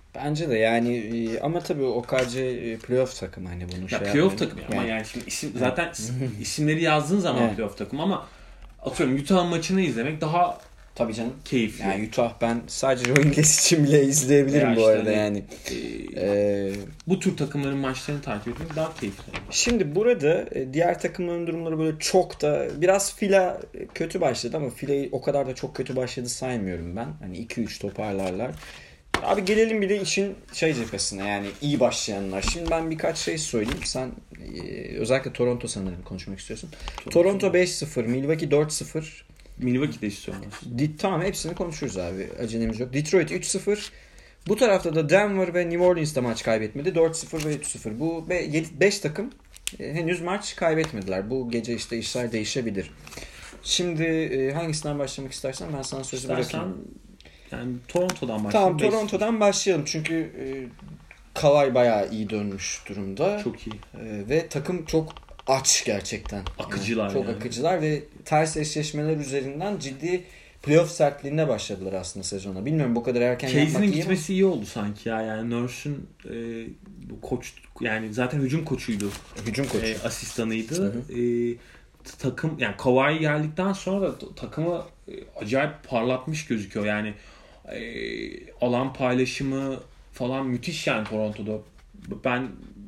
Bence de yani e, ama tabii O K C e, playoff takımı hani bunu ya şey playoff takımı yani. Ama yani şimdi isim, zaten isimleri yazdığın zaman evet. Playoff takımı ama atıyorum Utah'ın maçını izlemek daha tabii canım keyifli. Yani Utah ben sadece Roy Ingles için bile izleyebilirim ya bu işte arada hani, yani. E, e, bu tür takımların maçlarını takip etmek daha keyifli. Şimdi burada diğer takımların durumları böyle çok da biraz Fila kötü başladı ama Fila'yı o kadar da çok kötü başladı saymıyorum ben. Hani iki üç toparlarlar. Abi gelelim bir de işin şey cephesine yani iyi başlayanlar. Şimdi ben birkaç şey söyleyeyim. Sen e, özellikle Toronto sanırım konuşmak istiyorsun. Çok Toronto beş sıfır, Milwaukee dört sıfır. Milwaukee'de istiyorum. Tamam hepsini konuşuruz abi. Acelemiz yok. Detroit üç sıfır. Bu tarafta da Denver ve New Orleans'da maç kaybetmedi. dört sıfır ve üç sıfır. Bu beş takım e, henüz maç kaybetmediler. Bu gece işte işler değişebilir. Şimdi e, hangisinden başlamak istersen ben sana sözü İstersen... bırakayım. Yani Toronto'dan başlayalım. Tamam Toronto'dan başlayalım. Çünkü e, Kawhi bayağı iyi dönmüş durumda. Çok iyi. E, ve takım çok aç gerçekten. Akıcılar yani. Çok yani. akıcılar ve ters eşleşmeler üzerinden ciddi playoff sertliğine başladılar aslında sezona. Bilmiyorum bu kadar erken Casey'nin yapmak iyi mi? Casey'nin gitmesi iyi oldu sanki ya. Yani Nurse'ün e, koç yani zaten hücum koçuydu. Hücum koçu. E, asistanıydı. E, takım yani Kawhi geldikten sonra da takımı e, acayip parlatmış gözüküyor. Yani e, alan paylaşımı falan müthiş yani Toronto'da. Ben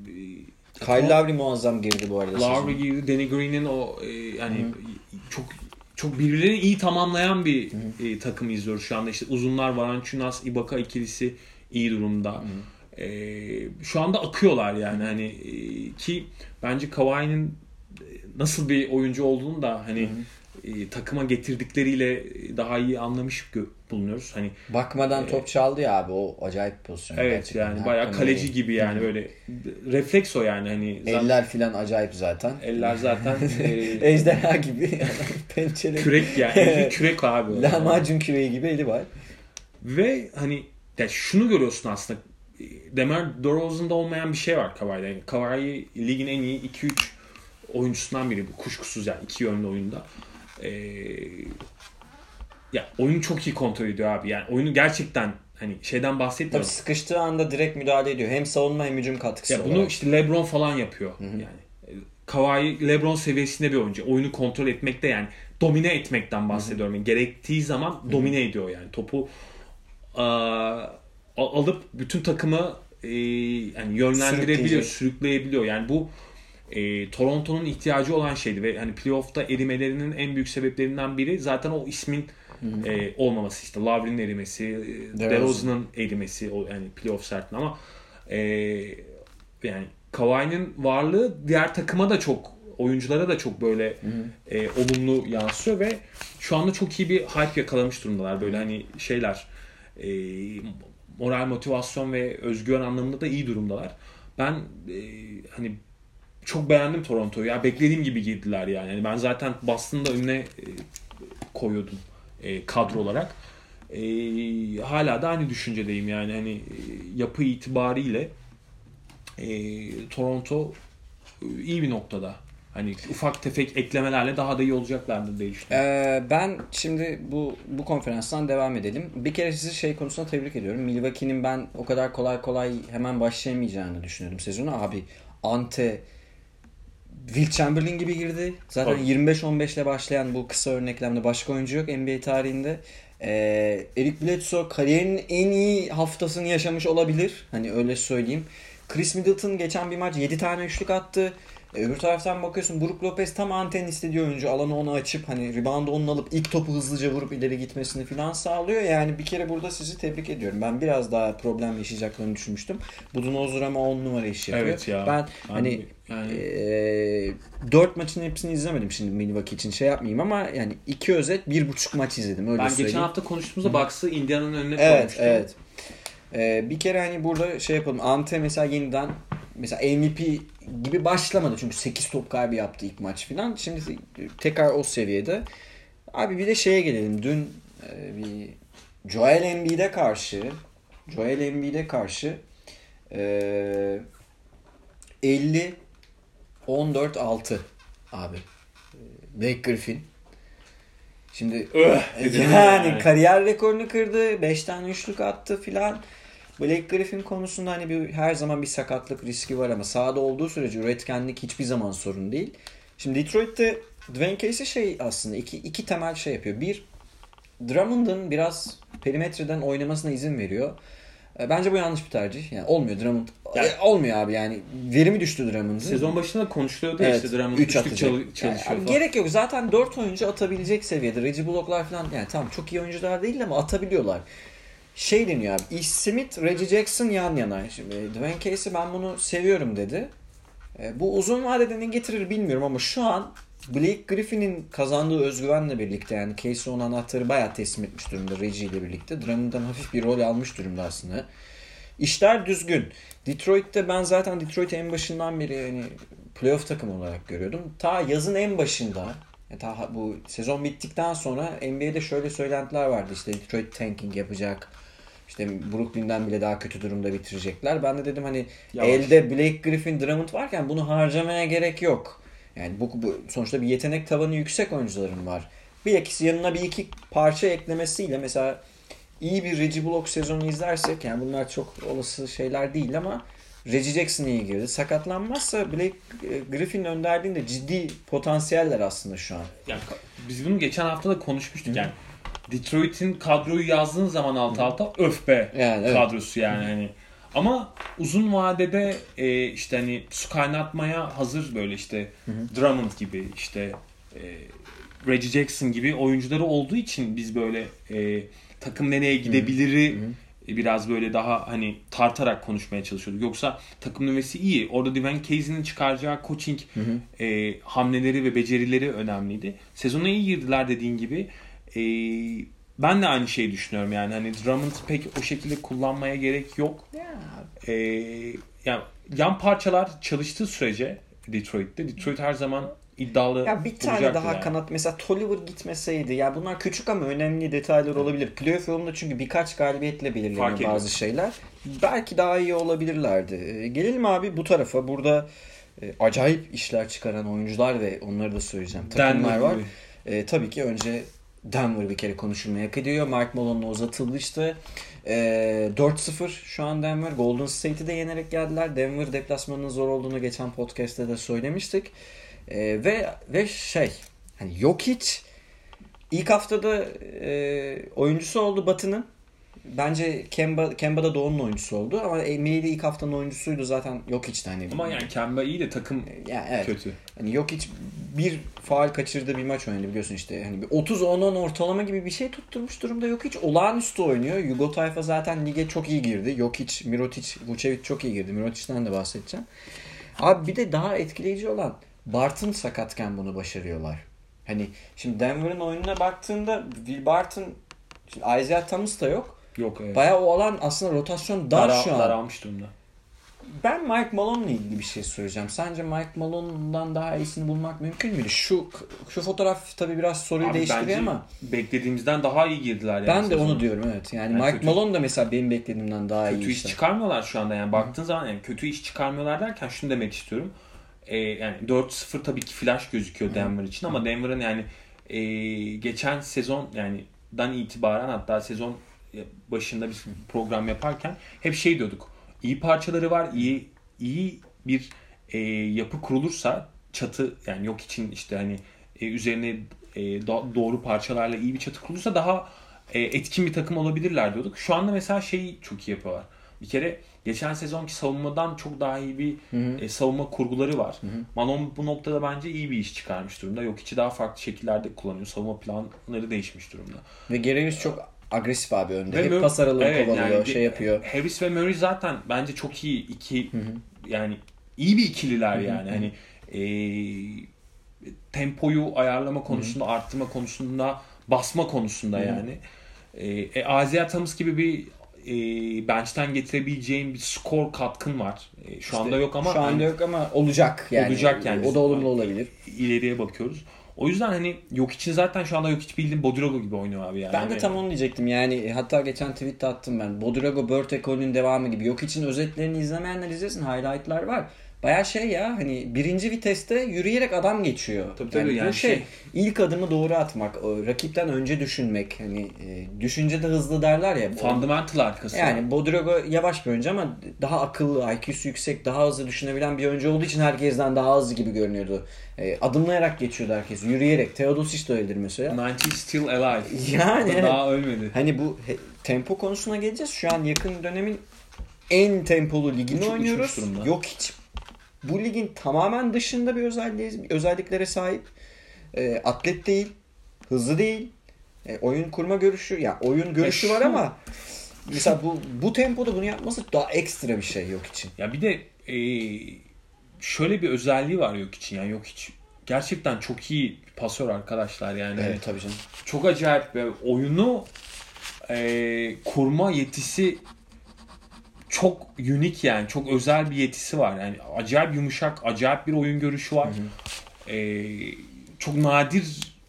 e, Kyle Lowry muazzam girdi bu arada. Lowry girdi. Danny Green'in o e, yani Hı-hı. çok çok birbirlerini iyi tamamlayan bir e, takım izliyoruz şu anda. İşte uzunlar Valanciunas, Ibaka ikilisi iyi durumda. E, şu anda akıyorlar yani hani e, ki bence Kawhi'nin nasıl bir oyuncu olduğunu da hani e, takıma getirdikleriyle daha iyi anlamış bulunuyoruz. Hani bakmadan e, top çaldı ya abi o acayip bir pozisyon. Evet gerçekten. Yani bayağı kaleci öyle. Gibi yani Hı-hı. böyle refleks o yani hani eller zaten, filan acayip zaten. Eller zaten e, ejderha gibi pençeli. Kürek yani kürek abi. Lahmacun küreği gibi eli var. Ve hani ya şunu görüyorsun aslında DeMar DeRozan'da olmayan bir şey var Kawhi'de. Yani Kawhi ligin en iyi iki üç oyuncusundan biri bu kuşkusuz yani iki yönlü oyunda. Ee, ya oyunu çok iyi kontrol ediyor abi. Yani oyunu gerçekten hani şeyden bahsetmiyorum. Tabii sıkıştığı anda direkt müdahale ediyor. Hem savunma hem hücum katkısı ya olarak. Bunu işte LeBron falan yapıyor. Hı-hı. Yani Kawhi LeBron seviyesinde bir oyuncu. Oyunu kontrol etmekte yani domine etmekten bahsediyorum. Yani gerektiği zaman Hı-hı. domine ediyor yani. Topu a, alıp bütün takımı e, yani yönlendirebiliyor, sürükleyebiliyor. Yani bu e, Toronto'nun ihtiyacı olan şeydi ve hani playoff'ta erimelerinin en büyük sebeplerinden biri zaten o ismin e, olmaması işte Lowry'nin erimesi, DeRozan'ın erimesi o yani playoff sertliği ama e, yani Kawhi'nin varlığı diğer takıma da çok oyunculara da çok böyle e, olumlu yansıyor ve şu anda çok iyi bir hype yakalamış durumdalar böyle hani şeyler e, moral motivasyon ve özgüven anlamında da iyi durumdalar. Ben e, hani çok beğendim Toronto'yu. Ya beklediğim gibi girdiler yani. yani ben zaten Boston'da önüne e, koyuyordum e, kadro olarak. E, hala da aynı düşüncedeyim yani hani e, yapı itibariyle e, Toronto e, iyi bir noktada. Hani ufak tefek eklemelerle daha da iyi olacaklardır diye düşünüyorum. Ee, ben şimdi bu bu konferanstan devam edelim. Bir kere sizi şey konusunda tebrik ediyorum. Milwaukee'nin ben o kadar kolay kolay hemen başlayamayacağını düşünüyordum sezonu. Abi Ante Will Chamberlain gibi girdi. Zaten Tabii. yirmi beş on beş ile başlayan bu kısa örneklemde başka oyuncu yok N B A tarihinde. Ee, Eric Bledsoe kariyerinin en iyi haftasını yaşamış olabilir. Hani öyle söyleyeyim. Chris Middleton geçen bir maç yedi tane üçlük attı. Ee, öbür taraftan bakıyorsun Brook Lopez tam anten istediği oyuncu. Alanı ona açıp hani reboundu onun alıp ilk topu hızlıca vurup ileri gitmesini falan sağlıyor. Yani bir kere burada sizi tebrik ediyorum. Ben biraz daha problem yaşayacaklarını düşünmüştüm. Budenholzer ama on numara iş yapıyor. Evet ya. Ben hani yani... e, dört maçın hepsini izlemedim şimdi Milwaukee için şey yapmayayım ama yani iki özet bir buçuk maç izledim öyle ben söyleyeyim. Ben geçen hafta konuştuğumuzda Bucks'ı Indiana'nın önüne evet, koymuştum. Evet evet. Bir kere hani burada şey yapalım. Ante mesela yeniden mesela M V P gibi başlamadı. Çünkü sekiz top kaybı yaptı ilk maç filan. Şimdi tekrar o seviyede. Abi bir de şeye gelelim. Dün e, bir Joel Embiid'e karşı Joel Embiid'e karşı e, elli on dört altı abi. Blake Griffin. Şimdi Öh, yani, yani kariyer rekorunu kırdı. beş tane üçlük attı filan. Blake Griffin konusunda hani bir, her zaman bir sakatlık riski var ama sahada olduğu sürece üretkenlik hiçbir zaman sorun değil. Şimdi Detroit'te Dwayne Casey şey aslında iki, iki temel şey yapıyor. Bir, Drummond'un biraz perimetreden oynamasına izin veriyor. Bence bu yanlış bir tercih. Yani olmuyor Drummond. Yani, olmuyor abi yani. Verimi düştü Drummond'un. Sezon başında konuşuluyordu evet, işte Drummond üç üçlük çalışıyor yani, gerek yok. Zaten dört oyuncu atabilecek seviyede. Reggie Bullock'lar falan yani tamam çok iyi oyuncular değil ama atabiliyorlar. Şey deniyor abi. Ish Smith, Reggie Jackson yan yana. Şimdi Dwayne Casey ben bunu seviyorum dedi. E, bu uzun vadede ne getirir bilmiyorum ama şu an Blake Griffin'in kazandığı özgüvenle birlikte yani Casey onun anahtarı bayağı teslim etmiş durumda Reggie ile birlikte. Drummond'dan hafif bir rol almış durumda aslında. İşler düzgün. Detroit'te ben zaten Detroit'i en başından beri yani playoff takım olarak görüyordum. Ta yazın en başında ta bu sezon bittikten sonra N B A'de şöyle söylentiler vardı işte Detroit tanking yapacak. İşte Brooklyn'den bile daha kötü durumda bitirecekler. Ben de dedim hani yavaş. Elde Blake Griffin, Drummond varken bunu harcamaya gerek yok. Yani bu, bu sonuçta bir yetenek tavanı yüksek oyuncuların var. Bir ikisi yanına bir iki parça eklemesiyle mesela iyi bir Reggie Bullock sezonu izlersek yani bunlar çok olası şeyler değil ama Reggie Jackson iyi girdi. Sakatlanmazsa Blake Griffin önderliğinde ciddi potansiyeller aslında şu an. Yani biz bunu geçen hafta da konuşmuştuk. Hı. Yani Detroit'in kadroyu yazdığın zaman alt alta öf be yani, evet. Kadrosu yani hani. Ama uzun vadede e, işte hani su kaynatmaya hazır böyle işte hı hı. Drummond gibi işte e, Reggie Jackson gibi oyuncuları olduğu için biz böyle e, takım nereye gidebiliri hı hı. biraz böyle daha hani tartarak konuşmaya çalışıyorduk. Yoksa takım nüvesi iyi. Orada Dwayne Casey'nin çıkaracağı coaching hı hı. E, hamleleri ve becerileri önemliydi. Sezona iyi girdiler dediğin gibi. E, ben de aynı şeyi düşünüyorum yani hani Drummond pek o şekilde kullanmaya gerek yok. E, yani yan parçalar çalıştığı sürece Detroit'te Detroit her zaman iddialı ya bir tane daha yani. Kanat mesela Tolliver gitmeseydi ya bunlar küçük ama önemli detaylar olabilir. Playoff yolunda çünkü birkaç galibiyetle belirleniyor bazı şeyler. Belki daha iyi olabilirlerdi. E, gelelim abi bu tarafa. Burada e, acayip işler çıkaran oyuncular ve onları da söyleyeceğim. Takımlar var. E, tabii ki önce Denver bir kere konuşulmaya hak ediyor. Mark Malone'la uzatılmıştı. E, dört sıfır şu an Denver. Golden State'i de yenerek geldiler. Denver deplasmanının zor olduğunu geçen podcast'te de söylemiştik. Ee, ve ve şey hani Jokic ilk haftada e, oyuncusu oldu Batı'nın. Bence Kemba Kemba da Doğu'nun oyuncusu oldu ama N B A'de ilk haftanın oyuncusuydu zaten Jokic'ti hani. Ama yani Kemba iyi de takım yani evet. kötü. Hani Jokic bir faul kaçırdığı bir maç oynadı biliyorsun işte hani otuz on on ortalama gibi bir şey tutturmuş durumda Jokic olağanüstü oynuyor. Yugo Tayfa zaten lige çok iyi girdi. Jokic, Mirotic, Vucevic çok iyi girdi. Mirotic'ten de bahsedeceğim. Abi bir de daha etkileyici olan Barton sakatken bunu başarıyorlar. Hani şimdi Denver'ın oyununa baktığında Will Barton, Isaiah Thomas da yok. Yok evet. Bayağı o alan aslında rotasyon dar Dara, şu an. Daralmış durumda. Ben Mike Malone'la ilgili bir şey söyleyeceğim. Sence Mike Malone'dan daha iyisini bulmak mümkün müydü? Şu şu fotoğraf tabii biraz soruyu Abi değiştiriyor ama beklediğimizden daha iyi girdiler yani. Ben de sezonu. Onu diyorum evet. Yani, yani Mike kötü, Malone da mesela benim beklediğimden daha kötü iyi. Kötü iş işte. çıkarmıyorlar şu anda yani. Baktığın zaman yani kötü iş çıkarmıyorlar derken şunu demek istiyorum. Ee, yani dört sıfır tabii ki flash gözüküyor Denver için ama Denver'ın yani e, geçen sezon yani dan itibaren hatta sezon başında bir program yaparken hep şey diyorduk. İyi parçaları var. iyi iyi bir e, yapı kurulursa çatı yani yok için işte hani e, üzerine e, do- doğru parçalarla iyi bir çatı kurulursa daha e, etkin bir takım olabilirler diyorduk. Şu anda mesela şeyi çok iyi yapıyorlar. Bir kere geçen sezonki savunmadan çok daha iyi bir e, savunma kurguları var. Hı hı. Malone bu noktada bence iyi bir iş çıkarmış durumda. Yok içi daha farklı şekillerde kullanıyor. Savunma planları değişmiş durumda. Ve Gary çok agresif abi önde. Ve Hep Mur- pas aralığı evet, kovalıyor, yani, şey yapıyor. Harris ve Murray zaten bence çok iyi iki hı hı. yani iyi bir ikililer hı hı. yani. Hani e, tempoyu ayarlama konusunda, hı hı. arttırma konusunda, basma konusunda hı hı. yani. E, e, Isaiah Thomas gibi bir e, bench'ten getirebileceğin bir skor katkın var. E, şu işte, anda yok ama şu anda hani, yok ama olacak yani. Olacak yani. O da olumlu olabilir. İleriye bakıyoruz. O yüzden hani yok için zaten şu anda yok hiç bildiğim Bodirogo gibi oynuyor abi yani. Ben de tam onu diyecektim. Yani hatta geçen tweet'te attım ben. Bodirogo Bird ekolünün devamı gibi. Yok için özetlerini izlemeyenler izlesin. Highlight'lar var. Bayağı şey ya hani birinci viteste yürüyerek adam geçiyor. Tabii tabii yani, yani bu şey, şey ilk adımı doğru atmak, rakipten önce düşünmek, hani e, düşünce de hızlı derler ya. Fundamental arkası. Yani Bodiroga yavaş bir oyuncu ama daha akıllı, I Q'su yüksek, daha hızlı düşünebilen bir oyuncu olduğu için herkesten daha hızlı gibi görünüyordu. E, adımlayarak geçiyordu herkes, yürüyerek. Theodosic de öyledir mesela. doksan still alive. Yani daha ölmedi. Hani bu he, tempo konusuna geleceğiz. Şu an yakın dönemin en tempolu ligini Uç, oynuyoruz. Yok hiç. Bu ligin tamamen dışında bir özelliği, özelliklere sahip. E, atlet değil, hızlı değil. E, oyun kurma görüşü, ya yani oyun görüşü var ama mesela bu bu tempoda bunu yapması daha ekstra bir şey yok için. Ya bir de e, şöyle bir özelliği var yok için. Yani yok hiç gerçekten çok iyi pasör arkadaşlar yani. Evet tabii canım. Çok acayip ve oyunu e, kurma yetisi çok unik yani. Çok özel bir yetisi var. Yani acayip yumuşak, acayip bir oyun görüşü var. Hı hı. E, çok nadir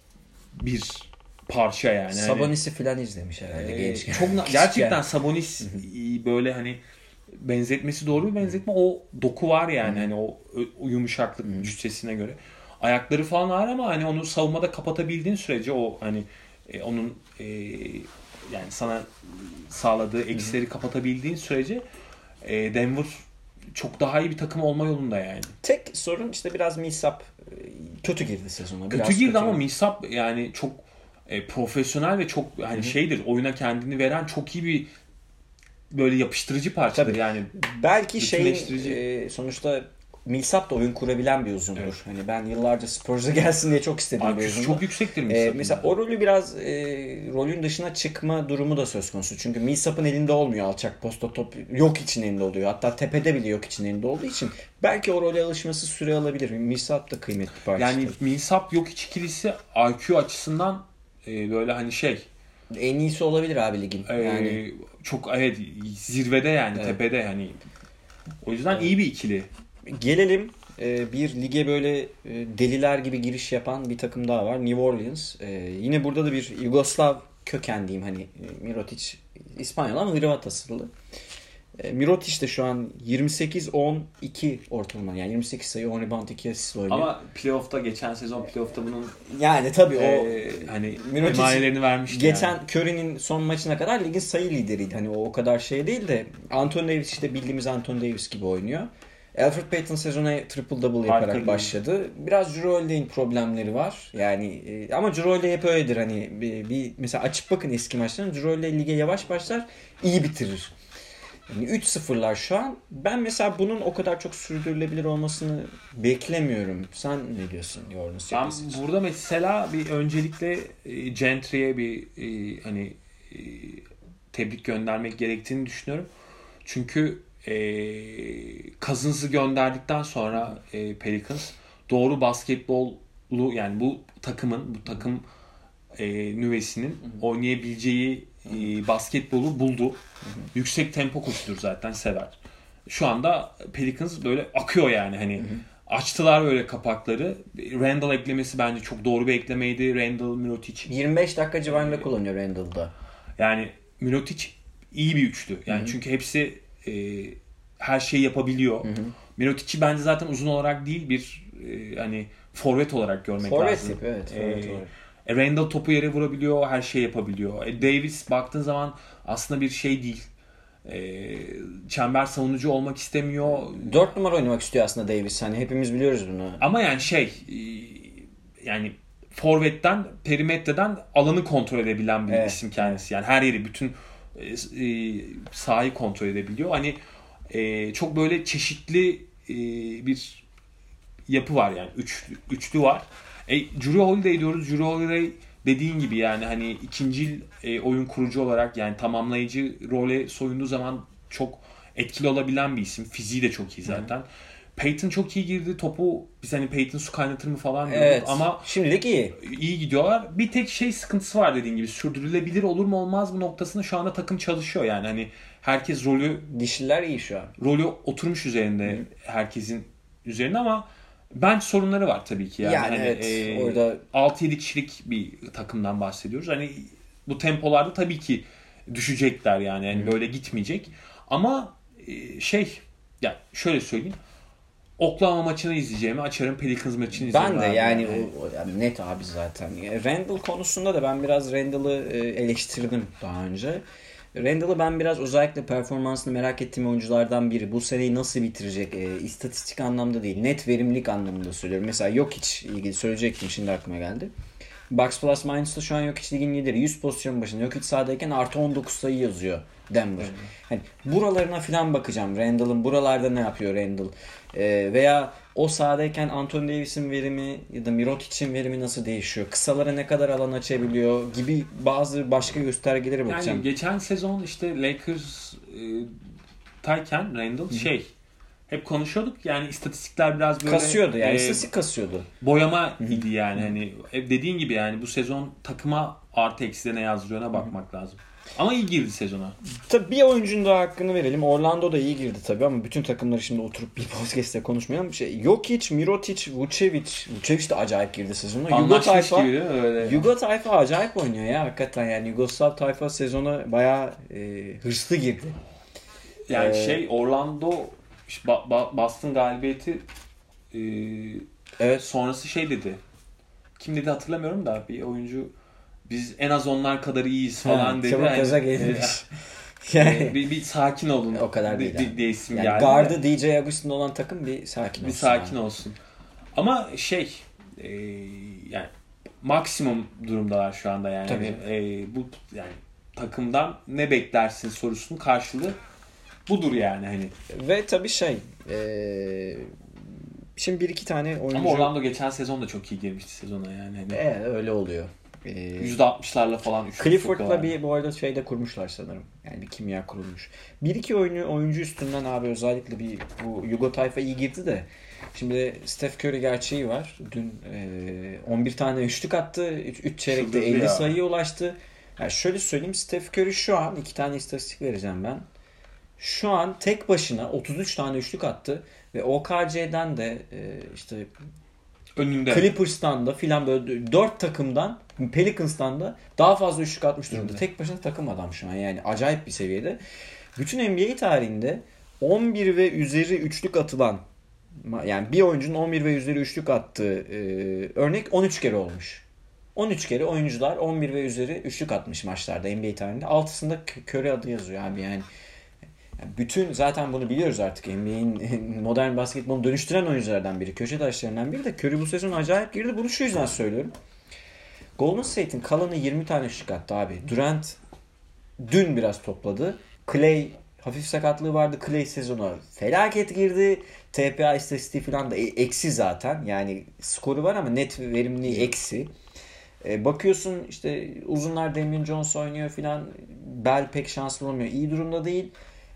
bir parça yani. Sabonis'i hani, falan izlemiş herhalde e, gençken. Çok gerçekten Sabonis böyle hani benzetmesi doğru bir benzetme. O doku var yani. Hani o, o yumuşaklık hmm. cüssesine göre. Ayakları falan ağır ama hani onu savunmada kapatabildiğin sürece o hani e, onun e, yani sana sağladığı eksileri kapatabildiğin sürece e, Denver çok daha iyi bir takım olma yolunda yani. Tek sorun işte biraz Millsap kötü girdi sezona. Kötü biraz girdi kötü ama Millsap yani çok e, profesyonel ve çok hani Hı-hı. şeydir. Oyuna kendini veren çok iyi bir böyle yapıştırıcı parçadır. Tabii. Yani belki şeyin e, sonuçta Millsap da oyun kurabilen bir uzundur. Evet. Hani ben yıllarca Spurs'a gelsin diye çok istedim Abi, bir uzundur. Çok yüksektir Millsap'ın. Ee, mesela o rolü biraz e, rolün dışına çıkma durumu da söz konusu. Çünkü Millsap'ın elinde olmuyor alçak posta top. Yok için elinde oluyor. Hatta tepede bile yok için elinde olduğu için belki o role alışması süre alabilir. Millsap da kıymetli bir parça. Yani Millsap yok iç ikilisi I Q açısından e, böyle hani şey en iyisi olabilir abi ligin. E, yani çok evet zirvede yani evet. Tepede yani. O yüzden evet. iyi bir ikili. Gelelim bir lige böyle deliler gibi giriş yapan bir takım daha var. New Orleans. Yine burada da bir Yugoslav köken diyeyim. Hani Mirotic İspanyol ama Hırvat asıllı. Mirotic de şu an yirmi sekiz on iki ortalama. Yani yirmi sekiz sayı, on rebound, iki asist oynuyor. Ama playoff'ta geçen sezon playoff'ta bunun yani tabii e, o hani emanelerini vermişti. Geçen yani. Curry'nin son maçına kadar ligin sayı lideriydi. Hani o o kadar şey değil de Anthony Davis işte bildiğimiz Anthony Davis gibi oynuyor. Alfred Payton sezona triple double yaparak Harika başladı. Biraz Jrue Holiday'in problemleri var. Yani e, ama Jrue Holiday hep öyledir. Hani bir, bir mesela açıp bakın eski maçlarına Jrue Holiday lige yavaş başlar, iyi bitirir. Yani üç sıfırlar şu an. Ben mesela bunun o kadar çok sürdürülebilir olmasını beklemiyorum. Sen ne diyorsun Yornus? Ben burada mesela bir öncelikle e, Gentry'e bir e, hani e, tebrik göndermek gerektiğini düşünüyorum. Çünkü e, Cousins'ı gönderdikten sonra e, Pelicans doğru basketbolu yani bu takımın bu takım e, nüvesinin hı hı. oynayabileceği e, basketbolu buldu. Hı hı. Yüksek tempo koşudur zaten sever. Şu anda Pelicans böyle akıyor yani hani hı hı. açtılar böyle kapakları. Randall eklemesi bence çok doğru bir eklemeydi. Randall, Mirotic. yirmi beş dakika civarında ee, kullanıyor Randall'da. Yani Mirotic iyi bir üçlü. Yani hı hı. çünkü hepsi e, her şeyi yapabiliyor. Hı hı. Mirotic'i bence zaten uzun olarak değil bir e, hani forvet olarak görmek forvet lazım. Tip, evet, forvet olarak. E, Randall topu yere vurabiliyor, her şeyi yapabiliyor. E, Davis baktığın zaman aslında bir şey değil. E, çember savunucu olmak istemiyor. Dört numara oynamak istiyor aslında Davis. Hani hepimiz biliyoruz bunu. Ama yani şey e, yani forvetten, perimetreden alanı kontrol edebilen bir evet. isim kendisi. Yani her yeri, bütün e, e, sahayı kontrol edebiliyor. Hani e, çok böyle çeşitli e, bir yapı var yani. Üç, üçlü var. E, Jrue Holiday diyoruz. Jrue Holiday dediğin gibi yani hani ikinci e, oyun kurucu olarak yani tamamlayıcı role soyunduğu zaman çok etkili olabilen bir isim. Fiziği de çok iyi zaten. Hı. Peyton çok iyi girdi. Topu biz hani Peyton su kaynatır mı falan diyorduk evet, ama şimdilik iyi. İyi gidiyorlar. Bir tek şey sıkıntısı var dediğin gibi. Sürdürülebilir olur mu olmaz mı noktasında şu anda takım çalışıyor yani hani herkes rolü dişliler iyi şu an. Rolü oturmuş üzerinde Hı. herkesin üzerine ama bench sorunları var tabii ki yani. Yani hani, evet e, orada altı yedi kişilik bir takımdan bahsediyoruz. Hani bu tempolarda tabii ki düşecekler yani. Yani böyle gitmeyecek. Ama e, şey ya şöyle söyleyeyim. Oklahoma maçını izleyeceğimi açarım, Pelicans maçını izlerim. Ben de abi. yani, yani. O, o yani net abi zaten. Randall konusunda da ben biraz Randall'ı eleştirdim daha önce. Randall'ı ben biraz özellikle performansını merak ettiğim oyunculardan biri. Bu seneyi nasıl bitirecek? E, istatistik anlamda değil, net verimlilik anlamında söylüyorum. Mesela Jokic ilgili söyleyecektim, şimdi aklıma geldi. Box Plus Minus'ta şu an Jokic ligin lideri. yüz pozisyon başında Jokic sahadayken artı on dokuz sayı yazıyor Denver. Hani buralarına falan bakacağım. Randall'ın buralarda ne yapıyor Randall? Ee, veya o sahadayken Anthony Davis'in verimi ya da Mirotic'in verimi nasıl değişiyor? Kısalara ne kadar alan açabiliyor gibi bazı başka göstergelere bakacağım. Yani geçen sezon işte Lakers e, tayken Randall Hı-hı. şey hep konuşuyorduk yani istatistikler biraz böyle kasıyordu yani e, istatistik kasıyordu. Boyama Hı-hı. idi yani hani dediğin gibi yani bu sezon takıma artı eksi ne yazdırıyoruna bakmak Hı-hı. lazım. Ama iyi girdi sezona. Tabii bir oyuncunun daha hakkını verelim. Orlando da iyi girdi tabii ama bütün takımları şimdi oturup bir podcast'te konuşmayalım. Bir şey. Jokic, Mirotic, Vucevic. Vucevic de acayip girdi sezona. Yugo Tayfa. Yugo Tayfa acayip oynuyor ya hakikaten yani. Yugoslav Tayfa sezona bayağı e, hırslı girdi. Yani ee, şey Orlando işte ba- ba- Boston galibiyeti e, evet. sonrası şey dedi. Kim dedi hatırlamıyorum da bir oyuncu biz en az onlar kadar iyiyiz falan ha, dedi. Çabuk yani, gaza gelmiş. Yani, bir, bir sakin olun. O kadar değil. De, de isim yani geldi. Gardı D J Agustin olan takım bir sakin bir olsun. Bir sakin yani. olsun. Ama şey e, yani maksimum durumdalar şu anda yani. Tabii. E, bu yani takımdan ne beklersin sorusunun karşılığı budur yani hani. Ve tabii şey e, şimdi bir iki tane oyuncu. Ama Orlando geçen sezon da çok iyi girmişti sezona yani. Hani. E, öyle oluyor. yüzde altmışlarla falan. Clifford'la bir bu arada şeyde kurmuşlar sanırım. Yani bir kimya kurulmuş. Bir iki oyunu, oyuncu üstünden abi özellikle bir bu Yugo Tayfa iyi girdi de. Şimdi Steph Curry gerçeği var. Dün e, on bir tane üçlük attı. üç çeyrekte elli sayıya ulaştı. Yani şöyle söyleyeyim, Steph Curry şu an iki tane istatistik vereceğim ben. Şu an tek başına otuz üç tane üçlük attı ve O K C'den de e, işte önünde. Clippers'tan da filan böyle dört takımdan, Pelicans'tan da daha fazla üçlük atmış durumda. Evet. Tek başına takım adam şu an yani acayip bir seviyede. Bütün N B A tarihinde on bir ve üzeri üçlük atılan, yani bir oyuncunun on bir ve üzeri üçlük attığı e, örnek on üç kere olmuş. on üç kere oyuncular on bir ve üzeri üçlük atmış maçlarda N B A tarihinde. Altısında Curry adı yazıyor abi yani. Bütün zaten bunu biliyoruz artık. N B A'in modern basketbolu dönüştüren oyunculardan biri. Köşe taşlarından biri de Curry bu sezon acayip girdi. Bunu şu yüzden söylüyorum. Golden State'in kalanı yirmi tane şut attı abi. Durant dün biraz topladı. Clay hafif sakatlığı vardı. Clay sezona felaket girdi. T P A istatistiği falan da eksi zaten. Yani skoru var ama net verimliliği eksi. E, bakıyorsun işte uzunlar Damian Jones oynuyor falan. Bell pek şanslı olmuyor. İyi durumda değil.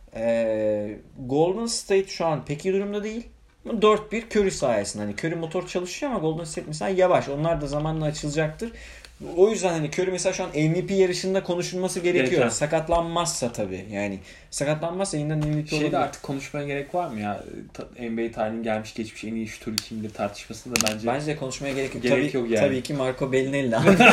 Ee, Golden State şu an pek iyi durumda değil. dört bir Curry sayesinde. Hani Curry motor çalışıyor ama Golden State mesela yavaş. Onlar da zamanla açılacaktır. O yüzden hani Curry mesela şu an M V P yarışında konuşulması gerekiyor. Gerçekten. Sakatlanmazsa tabii. Yani sakatlanmazsa yeniden M V P Şeyde olabilir. artık konuşmaya gerek var mı ya? N B A tarihinin gelmiş geçmiş en iyi şutörü kimdir tartışmasında bence bence de konuşmaya gerek yok. Gerek tabii, yok yani. Tabii ki Marco Bellinelli.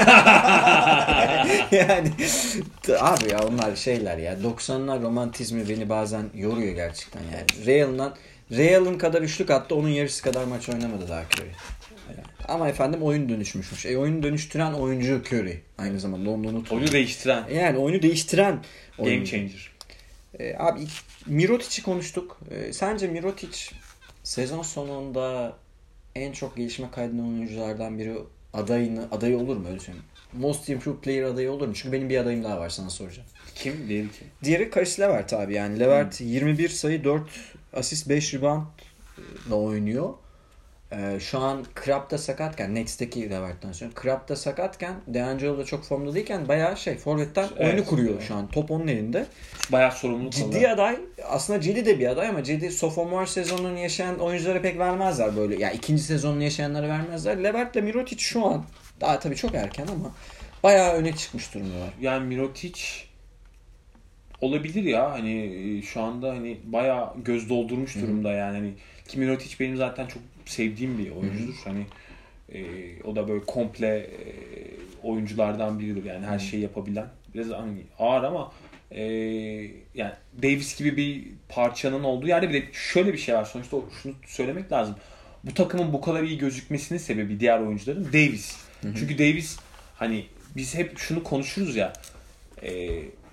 yani abi ya onlar şeyler ya. doksanlar romantizmi beni bazen yoruyor gerçekten yani. Real'dan Real'ın kadar üçlük attı. Onun yarısı kadar maç oynamadı daha Curry. Ama efendim oyun dönüşmüşmüş. E oyunu dönüştüren oyuncu Curry. Aynı zamanda onu unutmayın. Oyunu değiştiren. Yani oyunu değiştiren oyuncu. Game changer. E, abi Mirotic'i konuştuk. E, sence Mirotic sezon sonunda en çok gelişme kaydeden oyunculardan biri adayını adayı olur mu öyle söyleyeyim? Most Improved Player adayı olur mu? Çünkü benim bir adayım daha var, sana soracağım. Kim? Diğeri kim? Diğeri Caris LeVert abi yani. LeVert hmm. yirmi bir sayı, dört asist, beş reboundla oynuyor. Ee, şu an Krab'da sakatken, Nets'teki Levert'ten sonra Krab'da sakatken, DeAngelo da çok formda değilken bayağı şey forvetten evet, oyunu kuruyor evet. Şu an. Top onun elinde. Bayağı sorumluluk ciddi oluyor. Aday. Aslında Cedi de bir aday ama Cedi sophomore sezonunu yaşayan oyunculara pek vermezler böyle. Yani ikinci sezonunu yaşayanlara vermezler. Levert'le Mirotic şu an daha tabii çok erken ama bayağı öne çıkmış durumdalar. Yani Mirotic olabilir ya hani şu anda hani bayağı göz doldurmuş durumda Hı-hı. yani hani ki Mirotic benim zaten çok sevdiğim bir oyuncudur. Hı-hı. Hani e, o da böyle komple e, oyunculardan biridir yani her Hı-hı. şeyi yapabilen. Biraz hani ağır ama e, yani Davis gibi bir parçanın olduğu yerde bir de şöyle bir şey var. Sonuçta şunu söylemek lazım. Bu takımın bu kadar iyi gözükmesinin sebebi diğer oyuncuların Davis. Hı hı. Çünkü Davis hani biz hep şunu konuşuruz ya e,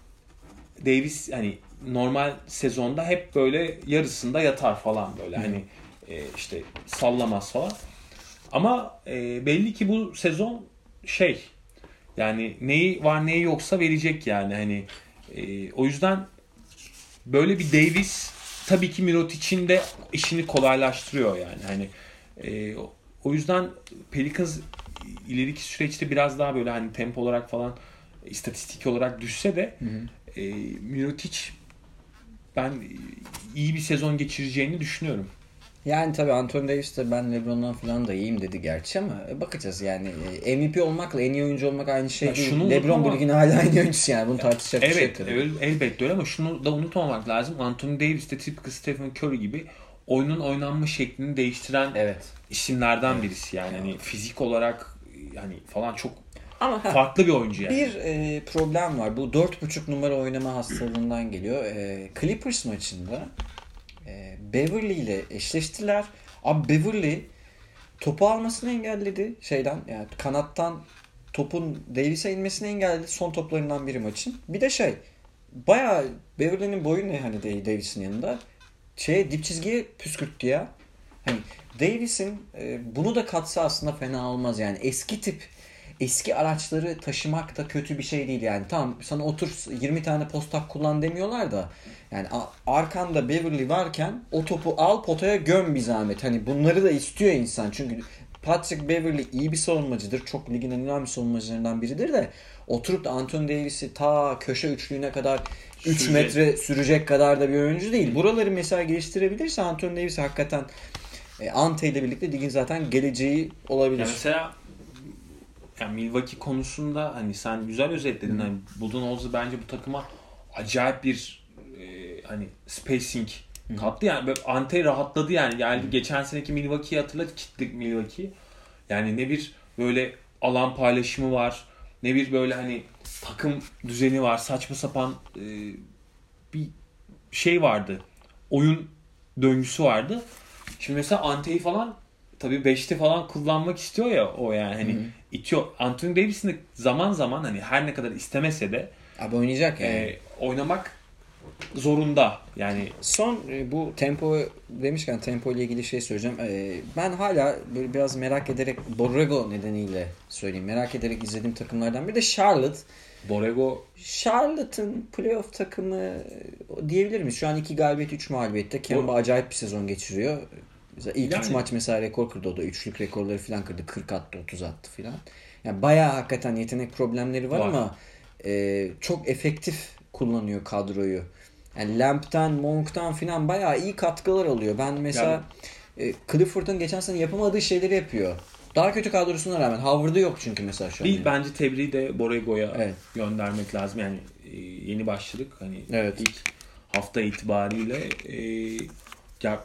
Davis hani normal sezonda hep böyle yarısında yatar falan böyle hı. hani e, işte sallamaz falan. Ama e, belli ki bu sezon şey yani neyi var neyi yoksa verecek yani hani e, o yüzden böyle bir Davis tabii ki Mirotic'in de işini kolaylaştırıyor yani hani e, o yüzden Pelicans ileriki süreçte biraz daha böyle hani tempo olarak falan istatistik olarak düşse de hı hı. E, Mirotic ben iyi bir sezon geçireceğini düşünüyorum. Yani tabii Anthony Davis de ben LeBron'dan falan da iyiyim dedi gerçi ama bakacağız yani M V P olmakla en iyi oyuncu olmak aynı şey ya değil. LeBron bu ligin hala en iyi oyuncusu yani bunu tartışacak evet, bir şey yok. Evet elbette öyle ama şunu da unutmamak lazım. Anthony Davis de tıpkı Stephen Curry gibi oyunun oynanma şeklini değiştiren evet. isimlerden evet. birisi yani. Evet. Hani fizik olarak yani falan çok ama farklı bir oyuncu yani. Bir e, problem var. Bu dört buçuk numara oynama hastalığından geliyor. E, Clippers maçında e, Beverly ile eşleştiler. Abi Beverly topu almasını engelledi şeyden yani kanattan topun Davis'e inmesini engelledi. Son toplarından biri maçın. Bir de şey bayağı Beverly'nin boyu ne hani Davis'in yanında şey dip çizgiye püskürttü ya. Hani Davis'in e, bunu da katsa aslında fena olmaz yani. Eski tip eski araçları taşımak da kötü bir şey değil yani. Tamam sana otur yirmi tane postak kullan demiyorlar da yani arkanda Beverly varken o topu al potaya göm bir zahmet. Hani bunları da istiyor insan. Çünkü Patrick Beverly iyi bir savunmacıdır. Çok ligin en önemli savunmacılarından biridir de oturup da Anthony Davis'i ta köşe üçlüğüne kadar üç metre sürecek kadar da bir oyuncu değil. Buraları mesela geliştirebilirse Anthony Davis hakikaten e, Ante ile birlikte ligin zaten geleceği olabilir. Ya mesela yani Milwaukee konusunda hani sen güzel özetledin. Hani Budenholzer bence bu takıma acayip bir e, hani spacing Hı-hı. kattı. Yani böyle Ante rahatladı yani. Geldi Hı-hı. geçen seneki Milwaukee'yi hatırladı. Kittik Milwaukee. Yani ne bir böyle alan paylaşımı var. Ne bir böyle hani takım düzeni var. Saçma sapan e, bir şey vardı. Oyun döngüsü vardı. Şimdi mesela Ante'yi falan tabii beşte falan kullanmak istiyor ya o yani hani Hı-hı. itiyor. Anthony Davis'in de zaman zaman hani her ne kadar istemese de abi oynayacak yani. E, oynamak zorunda yani. Son e, bu tempo demişken tempo ile ilgili şey söyleyeceğim. E, ben hala böyle biraz merak ederek Borrego nedeniyle söyleyeyim. Merak ederek izlediğim takımlardan biri de Charlotte. Borrego Charlotte'ın playoff takımı diyebilir miyiz? Şu an iki galibiyet üç mağlubiyette. Kemba acayip bir sezon geçiriyor. Mesela ilk yani, üç maç mesela rekor kırdı o da. Üçlük rekorları falan kırdı. kırk attı, otuz attı falan. Yani bayağı hakikaten yetenek problemleri var, var. ama e, çok efektif kullanıyor kadroyu. Yani Lamp'tan, Monk'tan falan bayağı iyi katkılar alıyor. Ben mesela yani, e, Clifford'un geçen sene yapamadığı şeyleri yapıyor. Daha kötü kadrosuna rağmen. Howard'ı yok çünkü mesela şu an. Bir yani. bence tebriği de Borrego'ya evet. göndermek lazım. Yani e, yeni başladık. Hani evet. ilk hafta itibariyle e, ya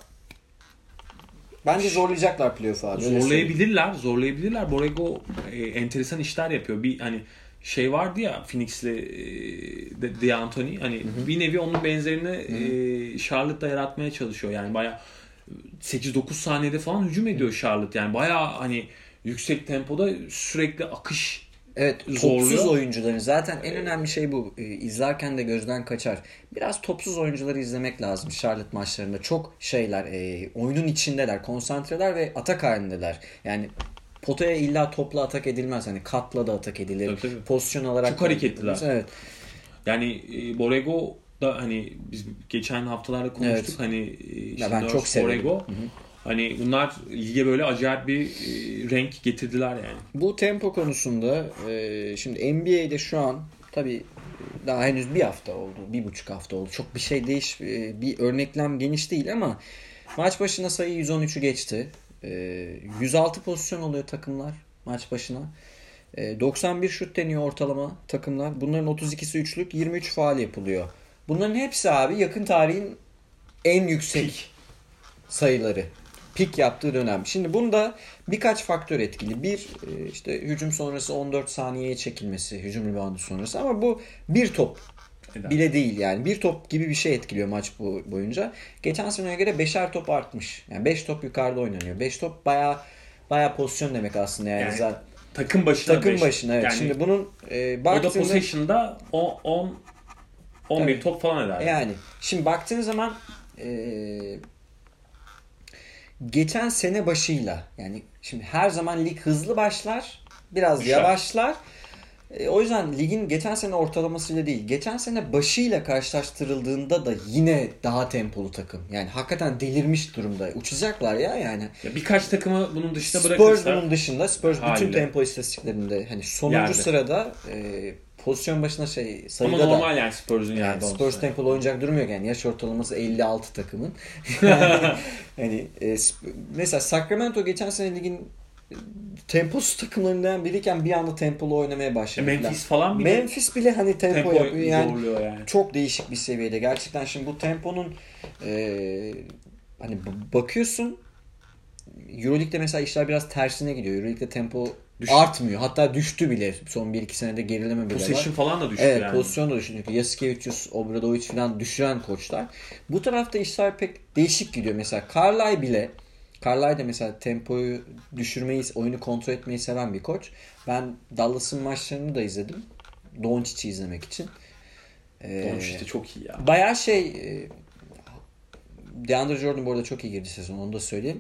bence zorlayacaklar playoff'u abi. Zorlayabilirler, zorlayabilirler. Borrego e, enteresan işler yapıyor. Bir hani şey vardı ya Phoenix'le e, D'Antoni hani hı hı. bir nevi onun benzerini e, Charlotte'da yaratmaya çalışıyor. Yani bayağı sekiz dokuz saniyede falan hücum ediyor Charlotte. Yani bayağı hani yüksek tempoda sürekli akış evet, zorluyor. Topsuz oyuncuların zaten en önemli şey bu. E, izlerken de gözden kaçar. Biraz topsuz oyuncuları izlemek lazım Charlotte maçlarında. Çok şeyler, e, oyunun içindeler, konsantreler ve atak halindeler. Yani potaya illa topla atak edilmez. Hani katla da atak edilir. Tabii, tabii. Pozisyon alarak çok hareketliler. Evet. Yani e, Borrego da hani biz geçen haftalarda konuştuk. Evet. Hani işte ya ben çok severim. Borrego. Hı hı. Hani bunlar lige böyle acayip bir e, renk getirdiler yani. Bu tempo konusunda e, şimdi N B A'de şu an tabii daha henüz bir hafta oldu. Bir buçuk hafta oldu. Çok bir şey değiş e, bir örneklem geniş değil ama maç başına sayı yüz on üçü geçti. E, yüz altı pozisyon oluyor takımlar maç başına. E, doksan bir şut deniyor ortalama takımlar. Bunların otuz ikisi üçlük, yirmi üç faul yapılıyor. Bunların hepsi abi yakın tarihin en yüksek Pik. sayıları. Pik yaptığı dönem. Şimdi bunda birkaç faktör etkili. Bir işte hücum sonrası on dört saniyeye çekilmesi. Hücum reboundu sonrası. Ama bu bir top Eder. bile değil yani. Bir top gibi bir şey etkiliyor maç boyunca. Geçen seneye göre beşer top artmış. Yani beş top yukarıda oynanıyor. beş top bayağı bayağı pozisyon demek aslında yani. yani zaten takım başına takım beş. başına evet. Yani, şimdi bunun e, baktığında... O da possession'da on on bir top falan eder. Yani şimdi baktığın zaman e, geçen sene başıyla yani şimdi her zaman lig hızlı başlar, biraz Düşer. yavaşlar. E, o yüzden ligin geçen sene ortalamasıyla değil, geçen sene başıyla karşılaştırıldığında da yine daha tempolu takım. Yani hakikaten delirmiş durumda. Uçacaklar ya yani. Ya birkaç takımı bunun dışında Spurs bırakırsa. Spurs bunun dışında. Spurs haliyle. Bütün tempo istatistiklerinde hani sonuncu Yerde. sırada e, pozisyon başına şey sayıda da. Ama normal yani Spurs'un yani. yani Spurs tempolu oynayacak durum yok yani. Yaş ortalaması elli altı takımın. yani, yani e, mesela Sacramento geçen sene ligin temposu takımlarından biriyken bir anda tempolu oynamaya başladı. Memphis falan bile. Memphis bile hani tempo, tempo yapıyor yani, yani. Çok değişik bir seviyede. Gerçekten şimdi bu temponun e, hani bakıyorsun Euroleague'de mesela işler biraz tersine gidiyor. Euroleague'de tempo Düş. artmıyor. Hatta düştü bile. Son bir iki senede gerileme bile var. Possession falan da düştü evet, yani. Pozisyon da düştü. Yasikevicius, Obradovic falan düşüren koçlar. Bu tarafta işler pek değişik gidiyor. Mesela Carlisle bile Carlisle de mesela tempoyu düşürmeyi, oyunu kontrol etmeyi seven bir koç. Ben Dallas'ın maçlarını da izledim. Doncic'i izlemek için. Ee, Doncic de çok iyi ya. Bayağı şey DeAndre Jordan bu arada çok iyi girdi sezon. Onu da söyleyeyim.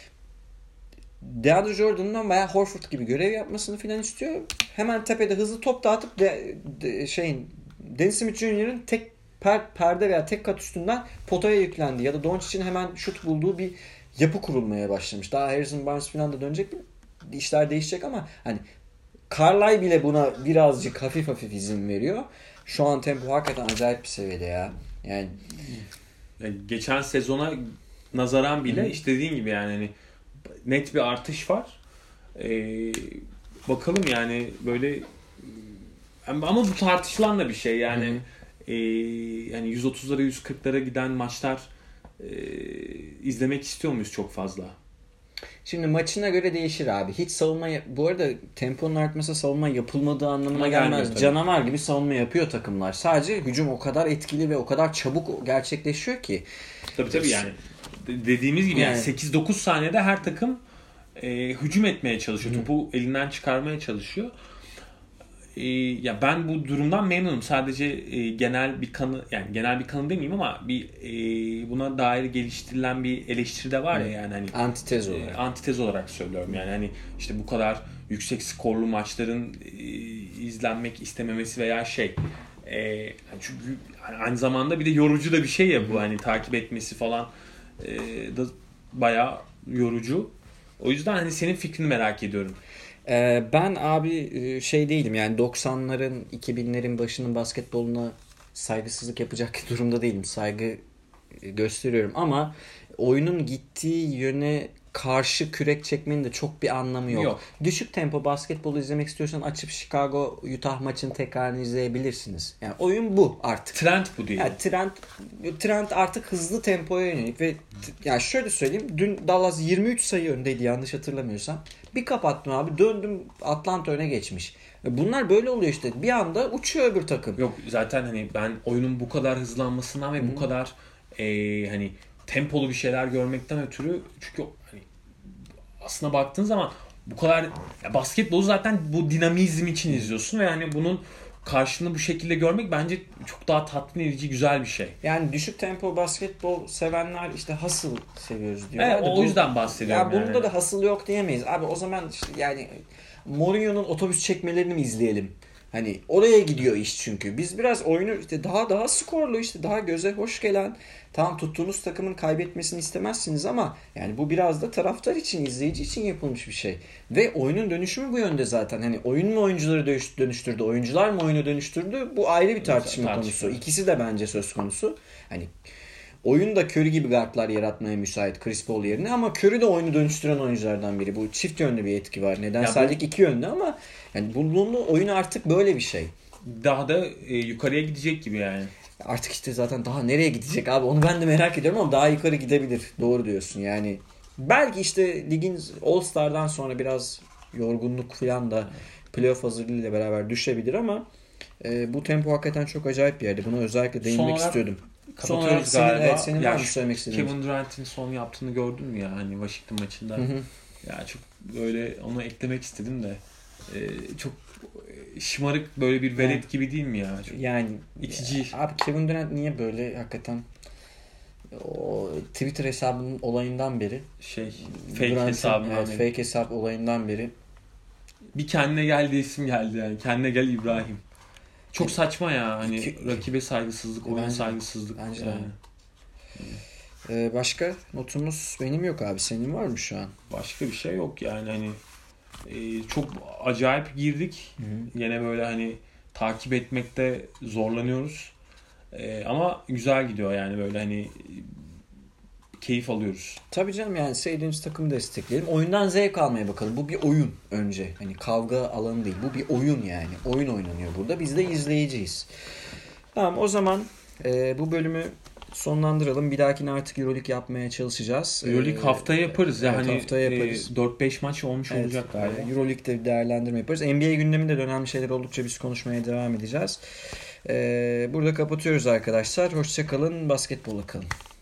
DeAndre Jordan'dan bayağı Horford gibi görev yapmasını falan istiyor. Hemen tepede hızlı top dağıtıp de, de, şeyin Dennis Smith Junior'ın tek per, perde veya tek kat üstünden potaya yüklendi. Ya da Doncic'in hemen şut bulduğu bir yapı kurulmaya başlamış. Daha Harrison Barnes falan da dönecek. İşler değişecek ama hani Carlisle bile buna birazcık hafif hafif izin veriyor. Şu an tempo hakikaten acayip bir seviyede ya. Yani, yani geçen sezona nazaran bile Hı-hı. işte dediğin gibi yani hani net bir artış var. Ee, bakalım yani böyle ama bu tartışılan da bir şey yani e, yani yüz otuzlara yüz kırklara giden maçlar e, izlemek istiyor muyuz çok fazla? Şimdi maçına göre değişir abi. Hiç savunma bu arada temponun artması savunma yapılmadığı anlamına ama gelmez. Canavar gibi savunma yapıyor takımlar. Sadece hücum o kadar etkili ve o kadar çabuk gerçekleşiyor ki. Tabii tabii yani dediğimiz gibi yani, yani sekiz dokuz saniyede her takım e, hücum etmeye çalışıyor. Hı. Topu elinden çıkarmaya çalışıyor. E, ya ben bu durumdan memnunum. Sadece e, genel bir kanı yani genel bir kanı demeyeyim ama bir e, buna dair geliştirilen bir eleştiri de var ya yani hani antitez olarak. E, antitez olarak söylüyorum. Yani hani işte bu kadar yüksek skorlu maçların e, izlenmek istememesi veya şey e, çünkü aynı zamanda bir de yorucu da bir şey ya bu Hı. hani takip etmesi falan e, da bayağı yorucu. O yüzden hani senin fikrini merak ediyorum. Ee, ben abi şey değilim yani doksanların iki binlerin başının basketboluna saygısızlık yapacak durumda değilim. Saygı gösteriyorum ama oyunun gittiği yöne karşı kürek çekmenin de çok bir anlamı yok. yok. Düşük tempo basketbolu izlemek istiyorsan açıp Chicago Utah maçını tekrarını izleyebilirsiniz. Yani oyun bu artık. Trend bu değil. Yani trend trend artık hızlı tempoya yönelik ve yani şöyle söyleyeyim dün Dallas yirmi üç sayı öndeydi yanlış hatırlamıyorsam. Bir kapattım abi döndüm Atlanta öne geçmiş. Bunlar böyle oluyor işte. Bir anda uçuyor öbür takım. Yok zaten hani ben oyunun bu kadar hızlanmasından ve Hı. bu kadar e, hani tempolu bir şeyler görmekten ötürü çünkü hani aslına baktığın zaman bu kadar ya basketbolu zaten bu dinamizm için izliyorsun ve hani bunun karşılığını bu şekilde görmek bence çok daha tatmin edici güzel bir şey. Yani düşük tempo basketbol sevenler işte hustle seviyoruz diyor. Evet, o yüzden bahsediyorum. Ya yani. Bunda da hustle yok diyemeyiz. Abi o zaman işte yani Mourinho'nun otobüs çekmelerini mi izleyelim? Hani oraya gidiyor iş çünkü. Biz biraz oyunu işte daha daha skorlu işte daha göze hoş gelen tam tuttuğunuz takımın kaybetmesini istemezsiniz ama yani bu biraz da taraftar için, izleyici için yapılmış bir şey. Ve oyunun dönüşümü bu yönde zaten. Hani oyun mu oyuncuları dönüştürdü, oyuncular mı oyunu dönüştürdü? Bu ayrı bir tartışma konusu. İkisi de bence söz konusu. Hani oyun da Curry gibi guardlar yaratmaya müsait Chris Paul yerine ama Curry de oyunu dönüştüren oyunculardan biri. Bu çift yönlü bir etki var. Nedensellik bu... iki yönlü ama yani bulunduğu oyun artık böyle bir şey. Daha da e, yukarıya gidecek gibi yani. Artık işte zaten daha nereye gidecek abi onu ben de merak ediyorum ama daha yukarı gidebilir. Doğru diyorsun yani. Belki işte ligin All-Star'dan sonra biraz yorgunluk falan da playoff hazırlığıyla beraber düşebilir ama E, bu tempo hakikaten çok acayip bir yerde. Buna özellikle değinmek olarak istiyordum. Kapatıyoruz Sonra galiba. senin, evet, senin Ya var mı şu söylemek istediğin? Kevin Durant'in son yaptığını gördün mü ya hani Washington maçında? Hı hı. Ya çok böyle onu eklemek istedim de e, çok şımarık böyle bir velet Evet. gibi değil mi ya? Çok Yani itici. ya, abi Kevin Durant niye böyle hakikaten o Twitter hesabının olayından beri Şey fake Durant'in, hesabından evet, beri. fake hesap olayından beri Bir kendine gel diye isim geldi yani. Kendine gel İbrahim. Çok saçma ya hani İki- rakibe saygısızlık, oyun Bence- saygısızlık bence de yani. Ee, başka notumuz benim yok abi. Senin var mı şu an? Başka bir şey yok yani hani e, çok acayip girdik. Hı-hı. Yine böyle hani takip etmekte zorlanıyoruz. E, ama güzel gidiyor yani böyle hani e, keyif alıyoruz. Tabii canım, yani sevdiğimiz takımı destekleyelim. Oyundan zevk almaya bakalım. Bu bir oyun önce. Hani kavga alanı değil. Bu bir oyun yani. Oyun oynanıyor burada. Biz de izleyeceğiz. Tamam, o zaman e, bu bölümü sonlandıralım. Bir dahakine artık EuroLeague yapmaya çalışacağız. EuroLeague Ee, haftaya yaparız ya evet, hani haftaya yaparız. e, dört beş maç olmuş Evet, olacak galiba. EuroLeague'de bir değerlendirme yaparız. N B A gündeminde de önemli şeyler oldukça biz konuşmaya devam edeceğiz. Ee, burada kapatıyoruz arkadaşlar. Hoşça kalın. Basketbola kalın.